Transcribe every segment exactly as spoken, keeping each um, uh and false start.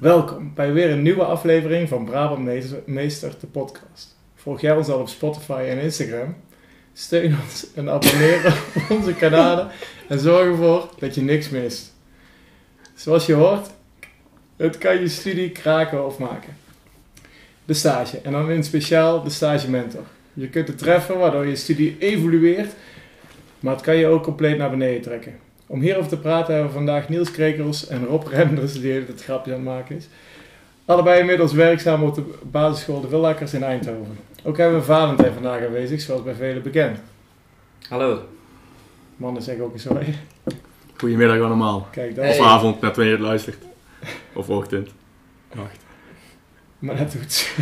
Welkom bij weer een nieuwe aflevering van Brabant Meester, de podcast. Volg jij ons al op Spotify en Instagram? Steun ons en abonneer op onze kanalen en zorg ervoor dat je niks mist. Zoals je hoort, het kan je studie kraken of maken. De stage, en dan in het speciaal de stage mentor. Je kunt het treffen waardoor je studie evolueert, maar het kan je ook compleet naar beneden trekken. Om hierover te praten hebben we vandaag Niels Krekels en Rob Renders, die het grapje aan het maken is. Allebei inmiddels werkzaam op de basisschool De Willakkers in Eindhoven. Ook hebben we Valentijn vandaag aanwezig, zoals bij velen bekend. Hallo. Mannen zeggen ook eens hoi. Goedemiddag allemaal. Kijk, dat Of hey. avond, net wanneer je het luistert. Of ochtend. Nacht. Maar dat doet ze.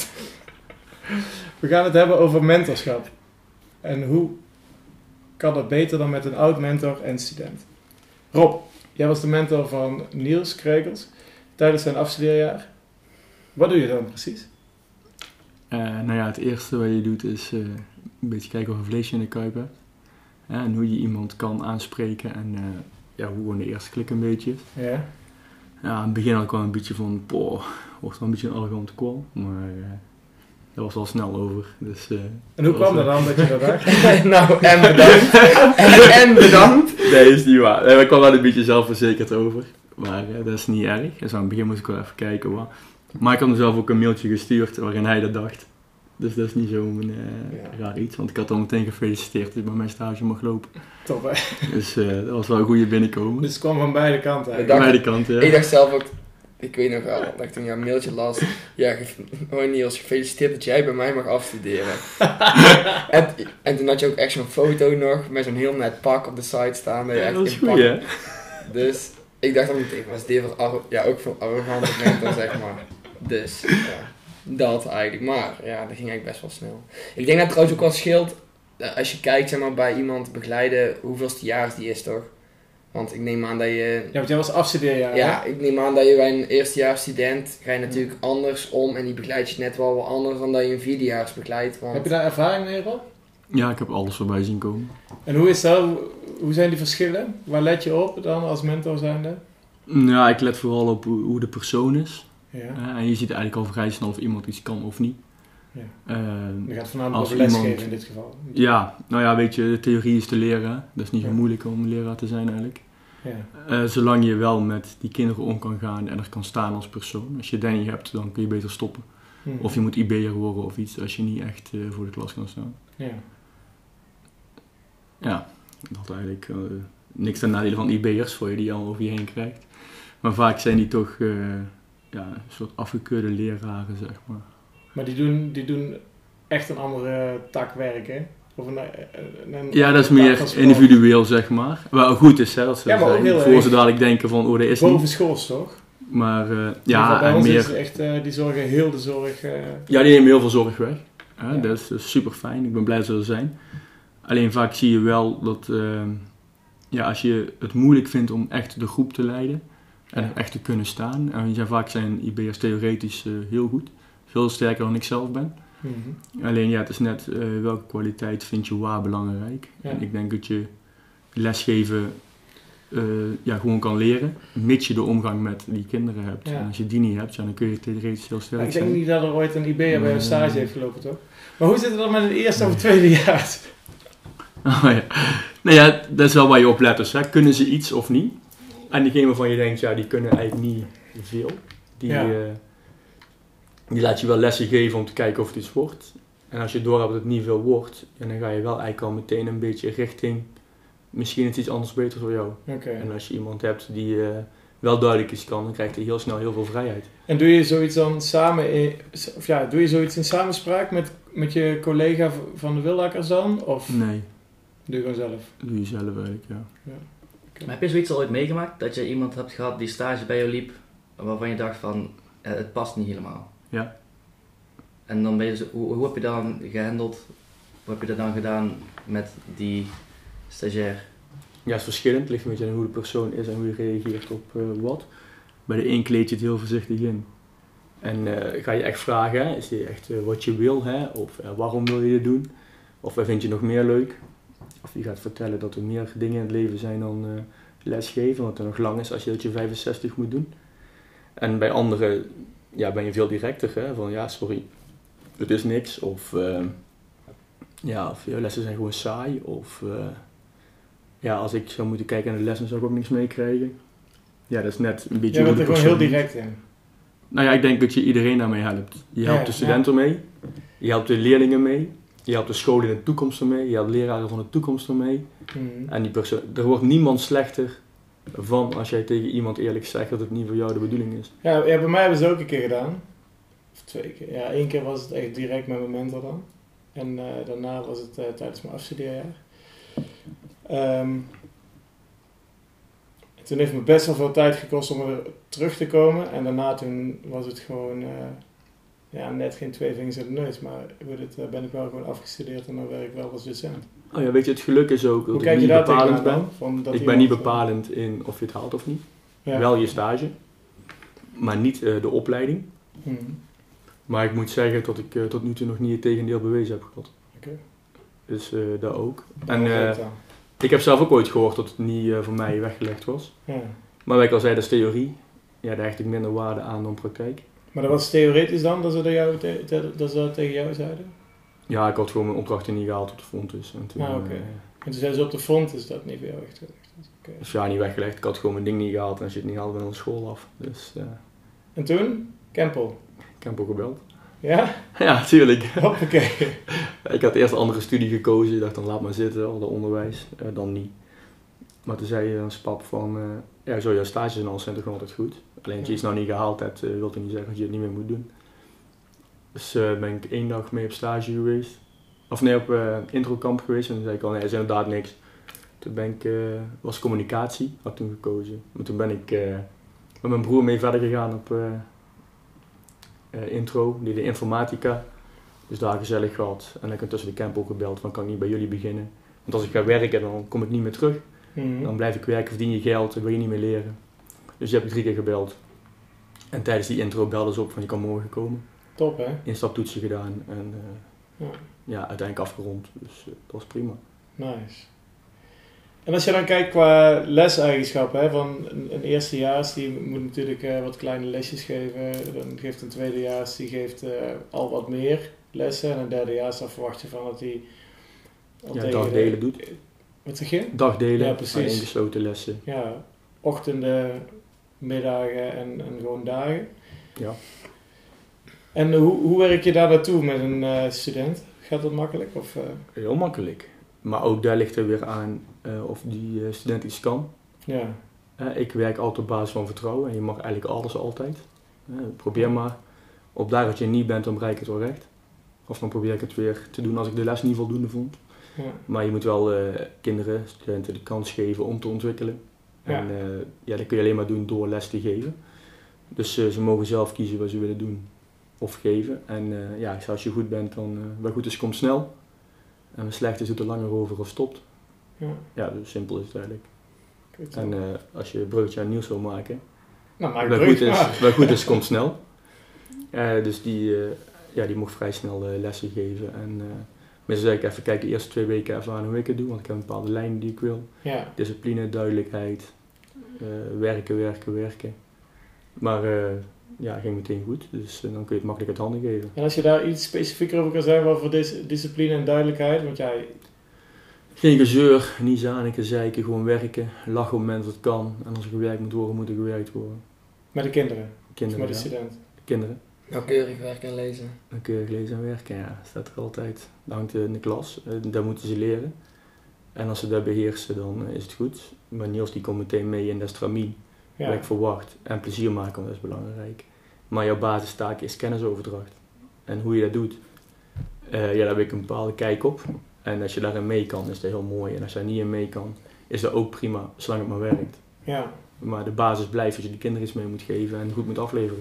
We gaan het hebben over mentorschap. En hoe kan dat beter dan met een oud mentor en student? Rob, jij was de mentor van Niels Krekels tijdens zijn afstudeerjaar. Wat doe je dan precies? Uh, nou ja, het eerste wat je doet is uh, een beetje kijken of een vleesje in de kuip hebt. Ja, en hoe je iemand kan aanspreken en uh, ja, hoe gewoon de eerste klik een beetje is. Ja. Ja, aan het begin had ik wel een beetje van, poh, wordt wel een beetje een arrogante kwal. Maar uh, dat was wel snel over. Dus, uh, en hoe kwam dat dan dat je dat dacht? nou, en bedankt. en, en bedankt. Nee, is niet waar. Nee, ik kwam wel een beetje zelfverzekerd over. Maar uh, dat is niet erg. Dus aan het begin moest ik wel even kijken. Wat. Maar ik had hem zelf ook een mailtje gestuurd waarin hij dat dacht. Dus dat is niet zo'n uh, ja. raar iets. Want ik had al meteen gefeliciteerd dat ik bij mijn stage mag lopen. Top, hè? Dus uh, dat was wel een goede binnenkomen. Dus het kwam van beide kanten eigenlijk. Van beide kanten, ja. Ik dacht zelf ook, ik weet nog wel, dat ik toen jouw mailtje las. Ja, hoi Niels, gefeliciteerd dat jij bij mij mag afstuderen. en, en toen had je ook echt zo'n foto nog met zo'n heel net pak op de site staan. Dat je ja, echt dat is in goed, pak. hè? Dus ik dacht dan meteen, was dit voor arro- ja, ook voor arrogante mentor, zeg maar. Dus, ja, dat eigenlijk. Maar, ja, dat ging eigenlijk best wel snel. Ik denk dat het trouwens ook wel scheelt, als je kijkt, zeg maar, bij iemand begeleiden, hoeveelste jaar die is, toch? Want ik neem aan dat je... Ja, want jij was afstudeerjaar, Ja, hè? ik neem aan dat je bij een eerstejaars student ga je natuurlijk ja. anders om en die begeleidt je net wel wat anders dan dat je een vierdejaars begeleidt. Want... Heb je daar ervaring mee, Rob? Ja, ik heb alles voorbij zien komen. En hoe is dat? Hoe zijn die verschillen? Waar let je op dan als mentor zijnde? Ja, ik let vooral op hoe de persoon is. Ja. Uh, en je ziet eigenlijk al vrij snel of iemand iets kan of niet. Ja. Uh, je gaat voornamelijk over lesgeven iemand... in dit geval. Ja, nou ja, weet je, de theorie is te leren. Dat is niet zo ja. moeilijk om een leraar te zijn eigenlijk. Ja. Uh, zolang je wel met die kinderen om kan gaan en er kan staan als persoon. Als je dat niet hebt, dan kun je beter stoppen. Hmm. Of je moet I B'er worden of iets als je niet echt uh, voor de klas kan staan. Ja, ja dat eigenlijk uh, niks ten nadele van I B'ers voor je die al over je heen krijgt. Maar vaak zijn die toch uh, ja, een soort afgekeurde leraren, zeg maar. Maar die doen, die doen echt een andere tak werk, hè? Of een, een, een ja, dat is meer individueel, zeg maar. Wel goed is, hè, dat ze ja, maar zijn, voor ze dadelijk denken van, oh, dat is boven schools, toch? Maar uh, ja, bij en ons meer... is echt, uh, die zorgen heel de zorg... Uh... Ja, die nemen heel veel zorg weg. Ja, ja. Dat is, is super fijn, ik ben blij dat ze er zijn. Alleen vaak zie je wel dat, uh, ja, als je het moeilijk vindt om echt de groep te leiden en ja. echt te kunnen staan. En ja, vaak zijn I B'ers theoretisch uh, heel goed, veel sterker dan ik zelf ben. Mm-hmm. Alleen ja, het is net uh, welke kwaliteit vind je waar belangrijk. Ja. En ik denk dat je lesgeven uh, ja, gewoon kan leren, mits je de omgang met die kinderen hebt. Ja. En als je die niet hebt, ja, dan kun je theoretisch heel sterk zijn. Ik zijn. denk niet dat er ooit een I B'er bij een stage heeft gelopen, toch? Maar hoe zit het dan met het eerste nee. of tweede jaar? Oh, ja. Nou ja, dat is wel waar je op let. Dus, hè. Kunnen ze iets of niet? En diegene waarvan je denkt, ja, die kunnen eigenlijk niet veel. Die... Ja. Uh, Die laat je wel lessen geven om te kijken of het iets wordt. En als je door hebt dat het niet veel wordt, dan ga je wel eigenlijk al meteen een beetje richting misschien het iets anders beter voor jou. Okay. En als je iemand hebt die uh, wel duidelijk iets kan, dan krijgt hij heel snel heel veel vrijheid. En doe je zoiets dan samen in, of ja, doe je zoiets in samenspraak met, met je collega van de Willakkers dan? Of nee. Doe je gewoon zelf? Doe je zelf eigenlijk, ja. ja. Okay. Maar heb je zoiets al ooit meegemaakt? Dat je iemand hebt gehad die stage bij jou liep, waarvan je dacht van, eh, het past niet helemaal? Ja. En dan ben je zo, hoe, hoe heb je dat dan gehandeld? Hoe heb je dat dan gedaan met die stagiair? Ja, het is verschillend. Het ligt een beetje aan hoe de persoon is en hoe je reageert op uh, wat. Bij de een kleed je het heel voorzichtig in. En uh, ga je echt vragen, hè? Is dit echt uh, wat je wil? Hè? Of uh, waarom wil je dit doen? Of wat vind je nog meer leuk? Of je gaat vertellen dat er meer dingen in het leven zijn dan uh, lesgeven. Want het nog lang is als je dat je vijfenzestig moet doen. En bij anderen ja, ben je veel directer, hè? Van ja, sorry, het is niks. Of, uh, ja, of ja, lessen zijn gewoon saai. Of uh, ja, als ik zou moeten kijken naar de lessen zou ik ook niks meekrijgen. Ja, dat is net een beetje... Jij bent er gewoon heel direct in. Nou ja, ik denk dat je iedereen daarmee helpt. Je helpt Ja, de studenten ja. mee, je helpt de leerlingen mee, je helpt de school in de toekomst ermee, je helpt leraren van de toekomst ermee. Mm. En die perso- er wordt niemand slechter van als jij tegen iemand eerlijk zegt dat het niet voor jou de bedoeling is. Ja, ja, bij mij hebben ze het ook een keer gedaan. Of twee keer. Ja, één keer was het echt direct met mijn mentor dan. En uh, daarna was het uh, tijdens mijn afstudeerjaar. Um, toen heeft me best wel veel tijd gekost om er terug te komen. En daarna toen was het gewoon... Uh, ja, net geen twee vingers in de neus. Maar het, uh, ben ik wel gewoon afgestudeerd en dan werk ik wel als docent. Oh ja, weet je, het geluk is ook Hoe dat kijk ik je niet daar bepalend tegenaan ben. dan? Van dat Ik ben iemand, niet uh, bepalend in of je het haalt of niet. Ja. Wel je stage, maar niet uh, de opleiding. Hmm. Maar ik moet zeggen dat ik uh, tot nu toe nog niet het tegendeel bewezen heb gehad. Oké. Dus uh, dat ook. Dan En weet uh, ik dan. ik heb zelf ook ooit gehoord dat het niet uh, voor mij weggelegd was. Ja. Maar wat ik al zei, dat is theorie. Ja, daar hecht ik minder waarde aan dan praktijk. Maar dat was theoretisch dan, dat ze dat, jou te, te, dat, ze dat tegen jou zeiden? Ja, ik had gewoon mijn opdrachten niet gehaald op de fonds. En toen, Ah, oké. uh, En toen zeiden ze op de front is dat niet voor jou echt gelegd. Okay. dus ja, niet weggelegd. Ik had gewoon mijn ding niet gehaald. En als je het niet haalt, ben je van de school af. Dus uh, En toen? Campbell. ik heb ook gebeld. Ja? Ja, tuurlijk. Hoppakee. Ik had eerst een andere studie gekozen. Ik dacht dan laat maar zitten, al dat onderwijs. Uh, dan niet. Maar toen zei een spap van, uh, ja, zo, jouw stages en alles zijn toch gewoon altijd goed. Alleen als je iets nou niet gehaald hebt, uh, wil dat niet zeggen dat je het niet meer moet doen. Dus uh, ben ik één dag mee op stage geweest. Of nee, op uh, introkamp geweest. En toen zei ik al, nee, dat is inderdaad niks. Toen ben ik, uh, was communicatie, had ik toen gekozen. Maar toen ben ik uh, met mijn broer mee verder gegaan op uh, uh, intro, die de informatica. Dus daar gezellig gehad. En dan heb ik tussen de camp ook gebeld van, kan ik niet bij jullie beginnen? Want als ik ga werken, dan kom ik niet meer terug. Mm-hmm. Dan blijf ik werken, verdien je geld, dan wil je niet meer leren. Dus die heb ik drie keer gebeld. En tijdens die intro belden ze op van je kan morgen komen. Top, hè? Instaptoetsen gedaan en uh, Ja. ja, uiteindelijk afgerond. Dus uh, dat was prima. Nice. En als je dan kijkt qua leseigenschappen, hè, van een, een eerstejaars die moet natuurlijk uh, wat kleine lesjes geven. Dan geeft een tweedejaars die geeft uh, al wat meer lessen. En een derdejaars dan verwacht je van dat hij al Ja, tegen dagdelen de- doet. Wat zeg je? Dagdelen, Ja, precies. maar ingesloten lessen. Ja, ochtenden, middagen en, en gewoon dagen. Ja. En hoe, hoe werk je daar naartoe met een uh, student? Gaat dat makkelijk? Of, uh... Heel makkelijk. Maar ook daar ligt er weer aan uh, of die uh, student iets kan. Ja. Uh, ik werk altijd op basis van vertrouwen en je mag eigenlijk alles altijd. Uh, probeer maar. Op daar dat je niet bent, dan bereik ik het wel recht. Of dan probeer ik het weer te doen als ik de les niet voldoende vond. Ja. Maar je moet wel uh, kinderen, studenten de kans geven om te ontwikkelen. Ja. En uh, ja, dat kun je alleen maar doen door les te geven. Dus uh, ze mogen zelf kiezen wat ze willen doen of geven. En uh, ja, als je goed bent, dan uh, wat goed is, komt snel. En wat slecht is, doet er langer over of stopt. Ja. Ja, dus simpel is het eigenlijk. Goed, En uh, als je een bruggetje aan Niels wil maken, nou, maak wat het goed, goed is, wat goed is, komt snel. Uh, dus die, uh, ja, die mocht vrij snel uh, lessen geven. En uh, meestal zeg ik even kijken, de eerste twee weken even aan hoe ik het doe, want ik heb een bepaalde lijn die ik wil. Ja. Discipline, duidelijkheid, uh, werken, werken, werken. Maar uh, ja, ging meteen goed, dus uh, dan kun je het makkelijk uit handen geven. En als je daar iets specifieker over kan zeggen, wat voor dis- discipline en duidelijkheid, want jij... Geen gezeur, niet zaniken, zeiken, gewoon werken, lachen op het moment dat het kan. En als er gewerkt moet worden, moet er gewerkt worden. Met de kinderen, Kinderen, of met de ja. student. Kinderen. Nauwkeurig werken en lezen. Dan kun je lezen en werken, ja, staat er altijd. Dat hangt in de klas, uh, daar moeten ze leren. En als ze dat beheersen, dan uh, is het goed. Maar Niels die komt meteen mee in de stramien, Ja. wat ik verwacht. En plezier maken, want dat is belangrijk. Maar jouw basistaak is kennisoverdracht. En hoe je dat doet, uh, ja, daar heb ik een bepaalde kijk op. En als je daarin mee kan, is dat heel mooi. En als je daar niet in mee kan, is dat ook prima, zolang het maar werkt. Ja. Maar de basis blijft als je de kinderen iets mee moet geven en goed moet afleveren.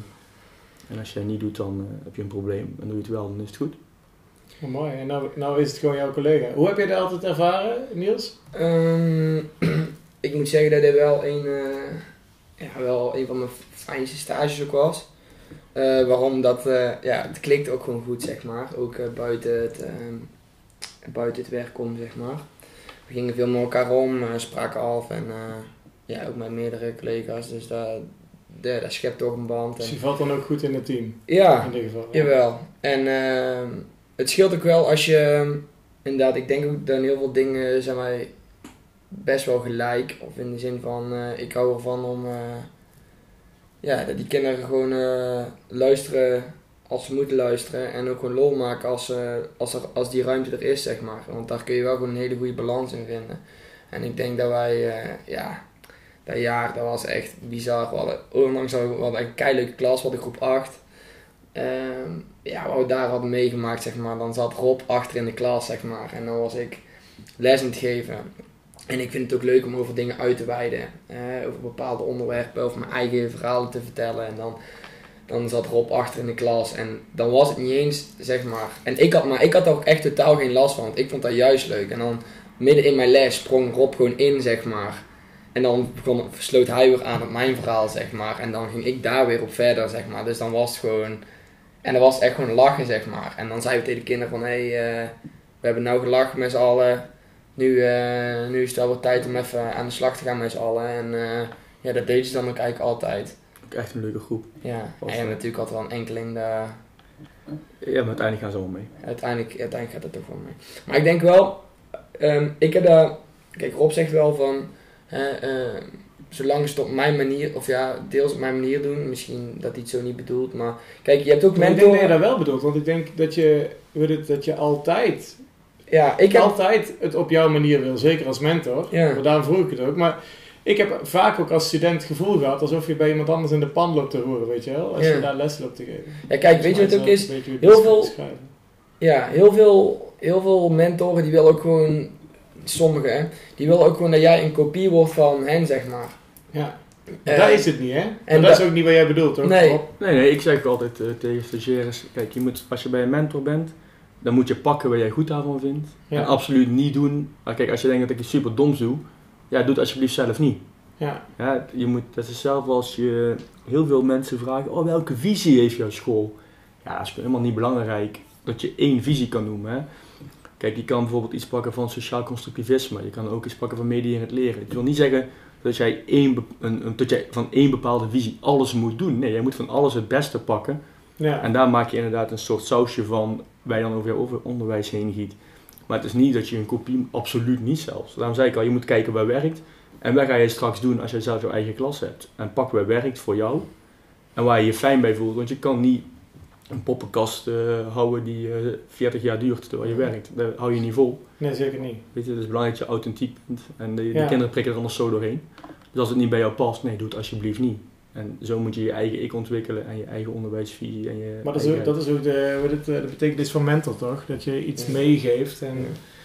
En als je dat niet doet, dan uh, heb je een probleem. En doe je het wel, dan is het goed. Oh, mooi. En nou, nou is het gewoon jouw collega. Hoe heb je dat altijd ervaren, Niels? Um, ik moet zeggen dat dit wel een, uh, ja, wel een van mijn fijnste stages ook was. Uh, waarom dat, uh, ja, het klikt ook gewoon goed, zeg maar. Ook uh, buiten, het, uh, buiten het werk om, zeg maar. We gingen veel met elkaar om, uh, spraken af en uh, ja, ook met meerdere collega's. Dus dat, de, dat schept toch een band. Dus En, je valt dan ook goed in het team, ja, in dit geval. jawel. En uh, het scheelt ook wel als je, inderdaad, ik denk ook dat in heel veel dingen zijn wij best wel gelijk. Of in de zin van, uh, ik hou ervan om, uh, ja, dat die kinderen gewoon uh, luisteren als ze moeten luisteren. En ook gewoon lol maken als, uh, als, er, als die ruimte er is, zeg maar. Want daar kun je wel gewoon een hele goede balans in vinden. En ik denk dat wij, uh, ja, dat jaar, dat was echt bizar. We hadden, ondanks dat we, we hadden een keileuke klas, we hadden groep acht. Um, ja, wat we daar hadden meegemaakt, zeg maar. Dan zat Rob achter in de klas, zeg maar. En dan was ik les aan het geven. En ik vind het ook leuk om over dingen uit te wijden. Uh, over bepaalde onderwerpen, over mijn eigen verhalen te vertellen. En dan, dan zat Rob achter in de klas. En dan was het niet eens, zeg maar... En ik had, maar ik had er ook echt totaal geen last van. Want ik vond dat juist leuk. En dan midden in mijn les sprong Rob gewoon in, zeg maar. En dan begon, sloot hij weer aan op mijn verhaal, zeg maar. En dan ging ik daar weer op verder, zeg maar. Dus dan was het gewoon... En dan was het echt gewoon lachen, zeg maar. En dan zeiden we tegen de kinderen van... Hé, hey, uh, we hebben nou gelachen met z'n allen. Nu, uh, nu is het wel weer tijd om even aan de slag te gaan met z'n allen. En uh, ja, dat deden ze dan ook eigenlijk altijd. Ook echt een leuke groep. Ja, en je hebt natuurlijk altijd wel een enkeling... De, ja, maar uiteindelijk gaan ze wel mee. Uiteindelijk, uiteindelijk gaat het toch wel mee. Maar ik denk wel... Um, ik heb daar... Kijk, Rob zegt wel van... Uh, uh, zolang ze het op mijn manier, of ja, deels op mijn manier doen, misschien dat hij het zo niet bedoelt, maar kijk, je hebt ook mentoren. mentoren. Ik denk dat je dat wel bedoelt, want ik denk dat je, weet het, dat je altijd, ja, ik heb altijd het op jouw manier wil, zeker als mentor. Ja. Maar daarom vroeg ik het ook. Maar ik heb vaak ook als student het gevoel gehad alsof je bij iemand anders in de pan loopt te horen, weet je wel, als ja. je daar les loopt te geven. Ja, kijk, weet je wat het ook is? Heel heel veel, ja, heel veel, heel veel mentoren die willen ook gewoon, sommigen, hè, die willen ook gewoon dat jij een kopie wordt van hen, zeg maar. Ja, uh, dat is het niet, hè? En en dat da- is ook niet wat jij bedoelt, toch? Nee. Nee, nee, ik zeg altijd uh, tegen stagiaires, kijk, je moet, als je bij een mentor bent, dan moet je pakken wat jij goed daarvan vindt. Ja. En absoluut niet doen, maar kijk, als je denkt dat ik iets super doms doe, ja, doe het alsjeblieft zelf niet. Ja. Ja, je moet, dat is hetzelfde als je heel veel mensen vragen, oh, welke visie heeft jouw school? Ja, dat is helemaal niet belangrijk dat je één visie kan noemen, hè. Kijk, je kan bijvoorbeeld iets pakken van sociaal constructivisme, je kan ook iets pakken van mediërend leren. Het wil niet zeggen dat jij, één, een, een, dat jij van één bepaalde visie alles moet doen. Nee, jij moet van alles het beste pakken. Ja. En daar maak je inderdaad een soort sausje van, waar je dan over je onderwijs heen giet. Maar het is niet dat je een kopie, absoluut niet zelfs. Daarom zei ik al, je moet kijken waar werkt. En wat ga je straks doen als je zelf jouw eigen klas hebt. En pak waar werkt voor jou. En waar je je fijn bij voelt. Want je kan niet een poppenkast uh, houden die uh, veertig jaar duurt terwijl je werkt. Dat hou je niet vol. Nee, zeker niet. Weet je, het is belangrijk dat je authentiek bent. En de, de Ja. kinderen prikken er anders zo doorheen. Dus als het niet bij jou past, nee, doe het alsjeblieft niet. En zo moet je je eigen ik ontwikkelen en je eigen onderwijsvisie. En je Maar dat is eigen... ook, dat is ook de, wat het, de betekenis van mentor, toch? Dat je iets Ja. meegeeft. En,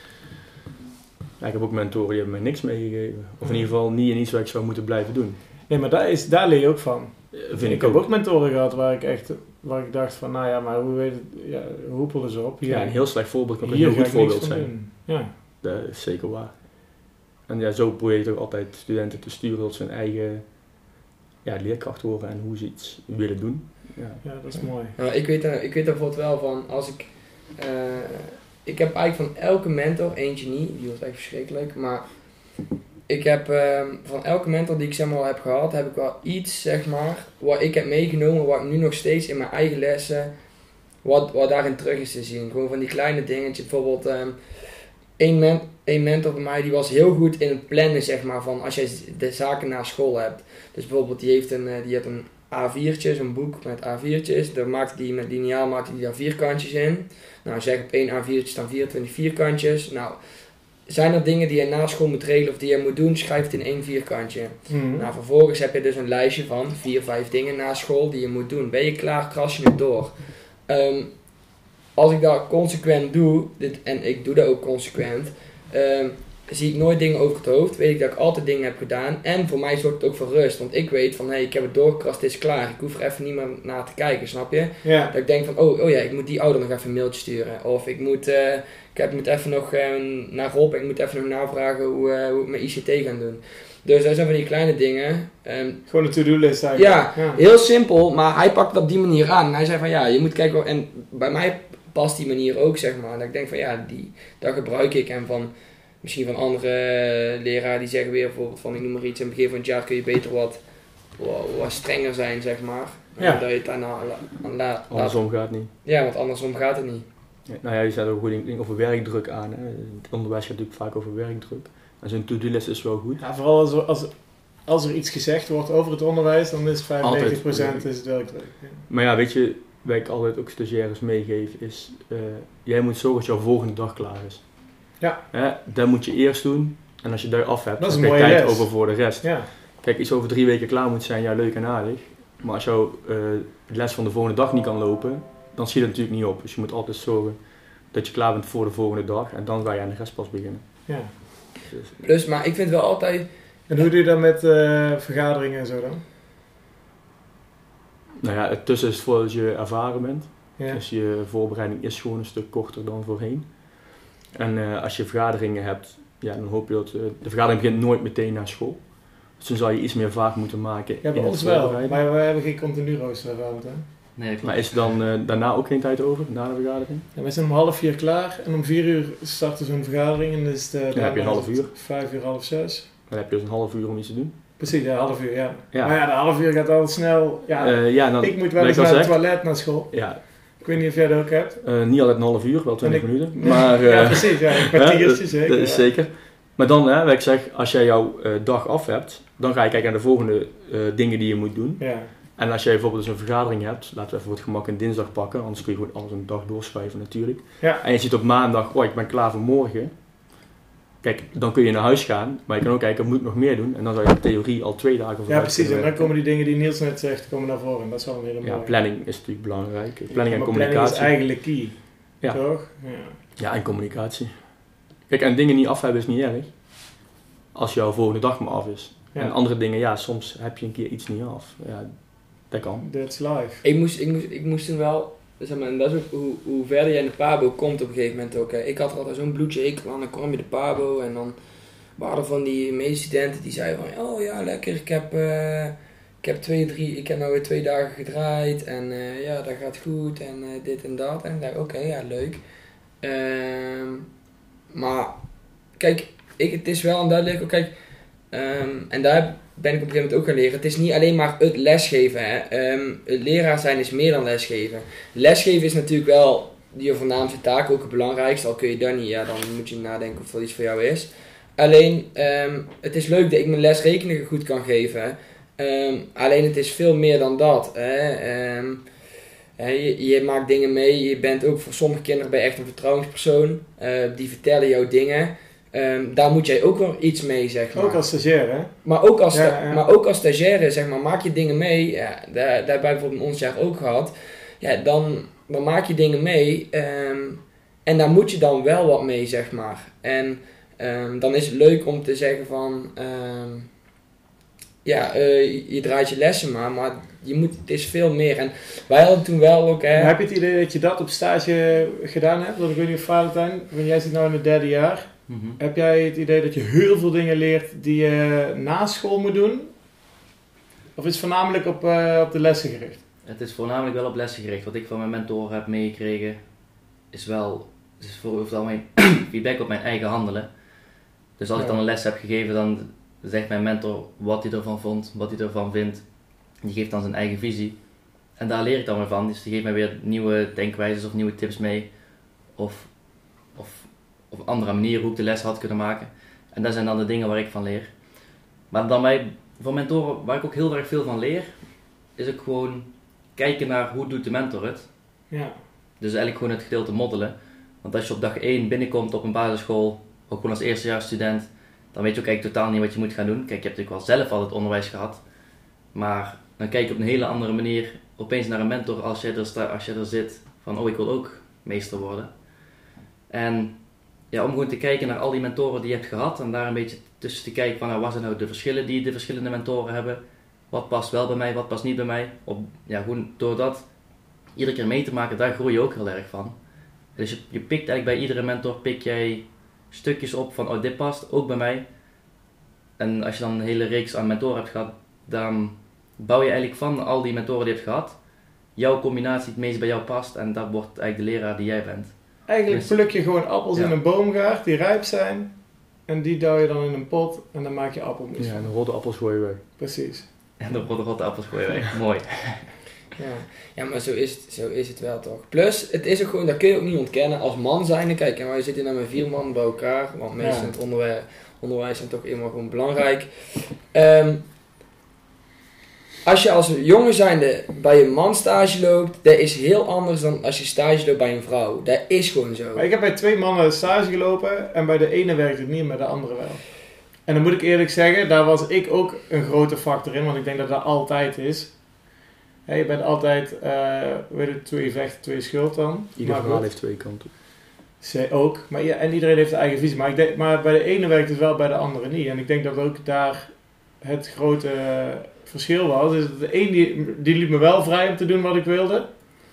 Ja, ik heb ook mentoren die hebben mij niks meegegeven. Of in ieder geval niet in iets wat ik zou moeten blijven doen. nee, maar daar, is, daar leer je ook van. Uh, vind ik, ik ook. heb ook mentoren gehad waar ik echt, waar ik dacht van, nou ja, maar hoe weet het, ja, hoe hoepelen ze op? Hier, Ja, een heel slecht voorbeeld kan ook een hier heel ga goed ik niks voorbeeld van zijn. doen. Ja. Dat is zeker waar. En ja, zo probeer je toch altijd studenten te sturen tot ze hun eigen ja, leerkracht worden en hoe ze iets willen doen. Ja. ja, dat is mooi. Nou, ik weet er, ik weet er bijvoorbeeld wel van, als ik, uh, ik heb eigenlijk van elke mentor, eentje niet, die was echt verschrikkelijk, maar ik heb uh, van elke mentor die ik zeg maar heb gehad, heb ik wel iets, zeg maar, wat ik heb meegenomen, wat ik nu nog steeds in mijn eigen lessen, wat, wat daarin terug is te zien. Gewoon van die kleine dingetjes, bijvoorbeeld, um, één, men, één mentor bij mij, die was heel goed in het plannen, zeg maar, van als je de zaken na school hebt. Dus bijvoorbeeld, die heeft een, die heeft een A viertjes, een boek met A viertjes. Daar maakte die met lineaal maakte die daar vierkantjes in. Nou, zeg op één A viertje staan vierentwintig vierkantjes. Nou, zijn er dingen die je na school moet regelen of die je moet doen, schrijf het in één vierkantje. Mm. Nou, vervolgens heb je dus een lijstje van vier, vijf dingen na school die je moet doen. Ben je klaar, kras je het door. Um, als ik dat consequent doe, dit, en ik doe dat ook consequent, um, zie ik nooit dingen over het hoofd, weet ik dat ik altijd dingen heb gedaan en voor mij zorgt het ook voor rust, want ik weet van hé, hey, ik heb het doorgekrast, het is klaar, ik hoef er even niet meer naar te kijken, snap je? Ja. Dat ik denk van oh, oh ja, ik moet die ouder nog even een mailtje sturen, of ik moet, uh, ik heb, moet even nog uh, naar Rob en ik moet even nog navragen hoe, uh, hoe ik mijn I C T ga doen. Dus dat zijn van die kleine dingen. Um, Gewoon een to-do-list eigenlijk. ja, ja, heel simpel, maar hij pakt het op die manier aan en hij zei van ja, je moet kijken, en bij mij past die manier ook, zeg maar, dat ik denk van ja, die, dat gebruik ik en van misschien van andere leraren die zeggen weer bijvoorbeeld van ik noem maar iets, in het begin van het jaar kun je beter wat wat, wat strenger zijn, zeg maar. Ja. Dat je het daarna la, la, laat. Andersom gaat het niet. Ja, want andersom gaat het niet. Ja, nou ja, je zet ook goed over werkdruk aan. Hè. Het onderwijs gaat natuurlijk vaak over werkdruk. En zo'n to-do-list is wel goed. Ja, vooral als, als, als er iets gezegd wordt over het onderwijs, dan is vijfennegentig procent is het werkdruk. Ja. Maar ja, weet je, wat ik altijd ook stagiaires meegeef, is uh, jij moet zorgen dat jouw volgende dag klaar is. Ja. Hè, dat moet je eerst doen. En als je daar af hebt, Dat is dan een heb je mooie tijd les. over voor de rest. Ja. Kijk, iets over drie weken klaar moet zijn, ja, leuk en aardig. Maar als jouw uh, les van de volgende dag niet kan lopen, dan schiet het natuurlijk niet op. Dus je moet altijd zorgen dat je klaar bent voor de volgende dag. En dan ga je aan de rest pas beginnen. Ja. Dus, Plus, maar ik vind wel altijd... En hoe doe je dat met uh, vergaderingen en zo dan? nou ja, het tussen is voordat je ervaren bent. Ja. Dus je voorbereiding is gewoon een stuk korter dan voorheen. En uh, als je vergaderingen hebt, ja, dan hoop je dat... Uh, de vergadering begint nooit meteen na school. Dus dan zal je iets meer vaart moeten maken Ja, bij in ons het wel, voorbereiden. maar wij hebben geen continu roosterruimte. Nee, dat klopt. Maar is er dan uh, daarna ook geen tijd over, na de vergadering? Ja, wij zijn om half vier klaar en om vier uur starten zo'n vergadering en dan is het, uh, Dan heb je een half uur. Vijf uur, half zes. Dan heb je dus een half uur om iets te doen. Precies, ja, half uur, ja. Ja. Maar ja, de half uur gaat al snel. Ja, Uh, ja, dan, ik moet wel wat eens ik al naar het zeg, toilet naar school. Ja, Ik weet niet of jij dat ook hebt. uh, niet altijd een half uur, wel twintig En ik- minuten. Ja, Maar, ja, uh, precies, ja, een hè, kwartiertje dat- zeker. dat is ja. zeker. Maar dan, hè, wat ik zeg, als jij jouw uh, dag af hebt, dan ga je kijken naar de volgende uh, dingen die je moet doen. Ja, En als jij bijvoorbeeld dus een vergadering hebt, laten we even voor het gemak een dinsdag pakken, anders kun je gewoon alles een dag doorschuiven natuurlijk. ja. En je ziet op maandag, oh ik ben klaar voor morgen. Kijk, dan kun je naar huis gaan, maar je kan ook kijken, moet ik nog meer doen? En dan zou je in theorie al twee dagen ja vooruit precies. En kunnen dan werken. komen die dingen die Niels net zegt, komen naar voren. Dat is wel een hele mooie. Ja, planning is natuurlijk belangrijk. Planning en Maar planning communicatie. is eigenlijk key. Ja. Toch? Ja. Ja, en communicatie. Kijk, en dingen niet af hebben is niet erg. Als jouw volgende dag maar af is. Ja. En andere dingen, ja, soms heb je een keer iets niet af. Ja, dat kan. That's life. Ik moest, ik moest, ik moest toen wel, zeg maar, en dat is ook hoe, hoe verder jij in de pabo komt op een gegeven moment ook. Hè. Ik had er altijd zo'n bloedje hekel aan, dan kwam je de pabo en dan waren van die medestudenten die zeiden van, oh ja, lekker, ik heb, uh, ik heb twee, drie, ik heb nou weer twee dagen gedraaid en uh, ja, dat gaat goed en uh, dit en dat. En ik dacht, oké, okay, ja, leuk. Um, maar, kijk, ik, het is wel een duidelijk, kijk, um, en daar ben ik op een gegeven moment ook gaan leren. Het is niet alleen maar het lesgeven. Hè. Um, het leraar zijn is meer dan lesgeven. Lesgeven is natuurlijk wel je voornaamste taak, ook het belangrijkste. Al kun je dat niet, ja, dan moet je nadenken of dat iets voor jou is. Alleen, um, het is leuk dat ik mijn lesrekeningen goed kan geven. Um, alleen het is veel meer dan dat. Hè. Um, hè, je, je maakt dingen mee. Je bent ook voor sommige kinderen bij echt een vertrouwenspersoon. Uh, die vertellen jou dingen. Um, daar moet jij ook wel iets mee, zeg maar. Ook als stagiair, hè? Maar ook als, Ja, sta- ja. maar ook als stagiaire, zeg maar, maak je dingen mee. Ja, daar, daar hebben wij bijvoorbeeld in ons jaar ook gehad. Ja, dan, dan maak je dingen mee. Um, en daar moet je dan wel wat mee, zeg maar. En um, dan is het leuk om te zeggen van... Um, ja, uh, je, je draait je lessen maar, maar je moet, het is veel meer. En wij hadden toen wel ook... Hè, Maar heb je het idee dat je dat op stage gedaan hebt? Want ik weet niet of Valentijn, want jij zit nu in het derde jaar. Mhm. Heb jij het idee dat je heel veel dingen leert die je na school moet doen? Of is het voornamelijk op, uh, op de lessen gericht? Het is voornamelijk wel op lessen gericht. Wat ik van mijn mentor heb meegekregen is wel, is voor over het algemeen feedback op mijn eigen handelen. Dus als ik Ja. dan een les heb gegeven, dan zegt mijn mentor wat hij ervan vond, wat hij ervan vindt. Die geeft dan zijn eigen visie. En daar leer ik dan weer van. Dus die geeft mij weer nieuwe denkwijzes of nieuwe tips mee. Of, of, of andere manieren hoe ik de les had kunnen maken. En dat zijn dan de dingen waar ik van leer. Maar dan bij, van mentoren, waar ik ook heel erg veel van leer, is ook gewoon kijken naar hoe doet de mentor het. Ja. Dus eigenlijk gewoon het gedeelte moddelen. Want als je op dag één binnenkomt op een basisschool, ook gewoon als eerstejaarsstudent, dan weet je ook eigenlijk totaal niet wat je moet gaan doen. Kijk, je hebt natuurlijk wel zelf al het onderwijs gehad. Maar dan kijk je op een hele andere manier opeens naar een mentor als je er, sta, als je er zit van, oh, ik wil ook meester worden. En ja, om gewoon te kijken naar al die mentoren die je hebt gehad en daar een beetje tussen te kijken van, nou, wat zijn nou de verschillen die de verschillende mentoren hebben. Wat past wel bij mij, wat past niet bij mij. Op, ja, gewoon door dat iedere keer mee te maken, daar groei je ook heel erg van. Dus je, je pikt eigenlijk bij iedere mentor, pik jij stukjes op van, oh, dit past ook bij mij. En als je dan een hele reeks aan mentoren hebt gehad, dan bouw je eigenlijk van al die mentoren die je hebt gehad, jouw combinatie het meest bij jou past en dat wordt eigenlijk de leraar die jij bent. Eigenlijk Dus- pluk je gewoon appels Ja. in een boomgaard die rijp zijn. En die douw je dan in een pot en dan maak je appelmoes. Ja, en de rode appels gooi je weg. Precies. En de rotte, rotte appels gooien weg. Mooi. Ja. ja, maar zo is, het, zo is het wel toch. Plus, het is ook gewoon, dat kun je ook niet ontkennen als man zijnde. Kijk, en wij zitten nou met vier man bij elkaar, want meestal Ja. in het onderwijs, onderwijs zijn toch eenmaal gewoon belangrijk. Um, als je als jongen zijnde bij een man stage loopt, dat is heel anders dan als je stage loopt bij een vrouw. Dat is gewoon zo. Maar ik heb bij twee mannen stage gelopen en bij de ene werkte het niet en bij de andere wel. En dan moet ik eerlijk zeggen, daar was ik ook een grote factor in, want ik denk dat dat altijd is. Hey, je bent altijd, uh, weet je, twee vechten, twee schuld dan. Ieder Maar verhaal goed. heeft twee kanten. Zij ook, maar ja, en iedereen heeft zijn eigen visie. Maar, ik denk, maar bij de ene werkt het wel, bij de andere niet. En ik denk dat ook daar het grote uh, verschil was. Dus de een die, die liet me wel vrij om te doen wat ik wilde.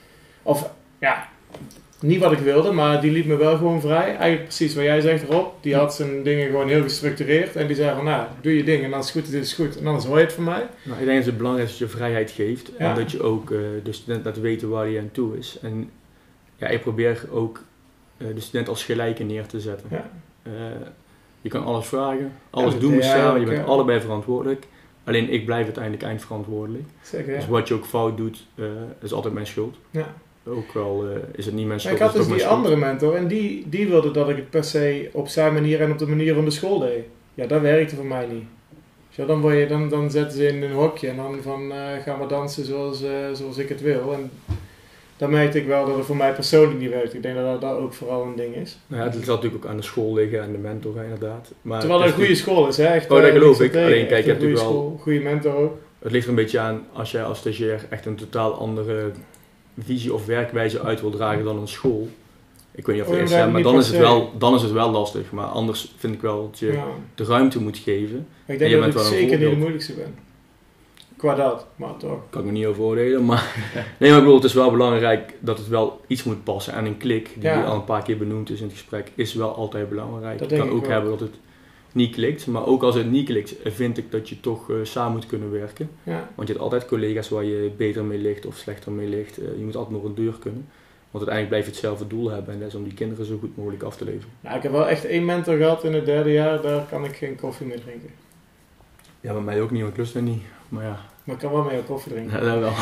Of ja, niet wat ik wilde, maar die liet me wel gewoon vrij. Eigenlijk precies wat jij zegt, Rob. Die had zijn dingen gewoon heel gestructureerd. En die zei van, nou, doe je ding en als het goed is, is het goed. En anders hoor je het van mij. Nou, ik denk dat het belangrijk is dat je vrijheid geeft. Ja. En dat je ook uh, de student laat weten waar hij aan toe is. En ja, ik probeer ook uh, de student als gelijke neer te zetten. Ja. Uh, je kan alles vragen, alles Ja, doen dat we deed jij samen, je ook, bent ja. allebei verantwoordelijk. Alleen ik blijf uiteindelijk eindverantwoordelijk. Zeker, ja. Dus wat je ook fout doet, uh, is altijd mijn schuld. Ja. Ook al uh, is het niet mijn Maar schuld. ik had is het dus ook die mijn schuld. andere mentor en die, die wilde dat ik het per se op zijn manier en op de manier van de school deed. Ja, dat werkte voor mij niet. Zo, dan, word je, dan, dan zetten ze in een hokje en dan van, uh, gaan we dansen zoals, uh, zoals ik het wil. En dan merkte ik wel dat het voor mij persoonlijk niet werkt. Ik denk dat dat, dat ook vooral een ding is. Nou ja, het zal natuurlijk ook aan de school liggen en de mentor inderdaad. Maar Terwijl het een goede school is, hè? Echt, Oh, dat uh, geloof niks ik. op tegen. Alleen, kijk, Echt je een hebt goede natuurlijk school, goede mentor ook. Het ligt er een beetje aan als jij als stagiair echt een totaal andere visie of werkwijze uit wil dragen dan een school. Ik weet niet of Oh, je ja, eerst hebt, maar niet dan per is, het se. wel, dan is het wel lastig. Maar anders vind ik wel dat je Ja. de ruimte moet geven. Maar ik En denk je dat bent ik wel een zeker niet de voorbeeld. moeilijkste ben. Qua dat, maar toch. Kan ik me niet over oordelen. Maar, nee, maar ik bedoel, het is wel belangrijk dat het wel iets moet passen. En een klik, die Ja. al een paar keer benoemd is in het gesprek, is wel altijd belangrijk. Dat Het denk kan ik ook wel. hebben dat het niet klikt. Maar ook als het niet klikt, vind ik dat je toch uh, samen moet kunnen werken. Ja. Want je hebt altijd collega's waar je beter mee ligt of slechter mee ligt. Uh, je moet altijd nog een deur kunnen. Want uiteindelijk blijf je hetzelfde doel hebben. En dat is om die kinderen zo goed mogelijk af te leveren. Nou, ik heb wel echt één mentor gehad in het derde jaar, daar kan ik geen koffie meer drinken. Ja, bij mij ook niet, want ik lust het niet. Maar ja, Maar ik kan wel met jou koffie drinken. ja dat wel.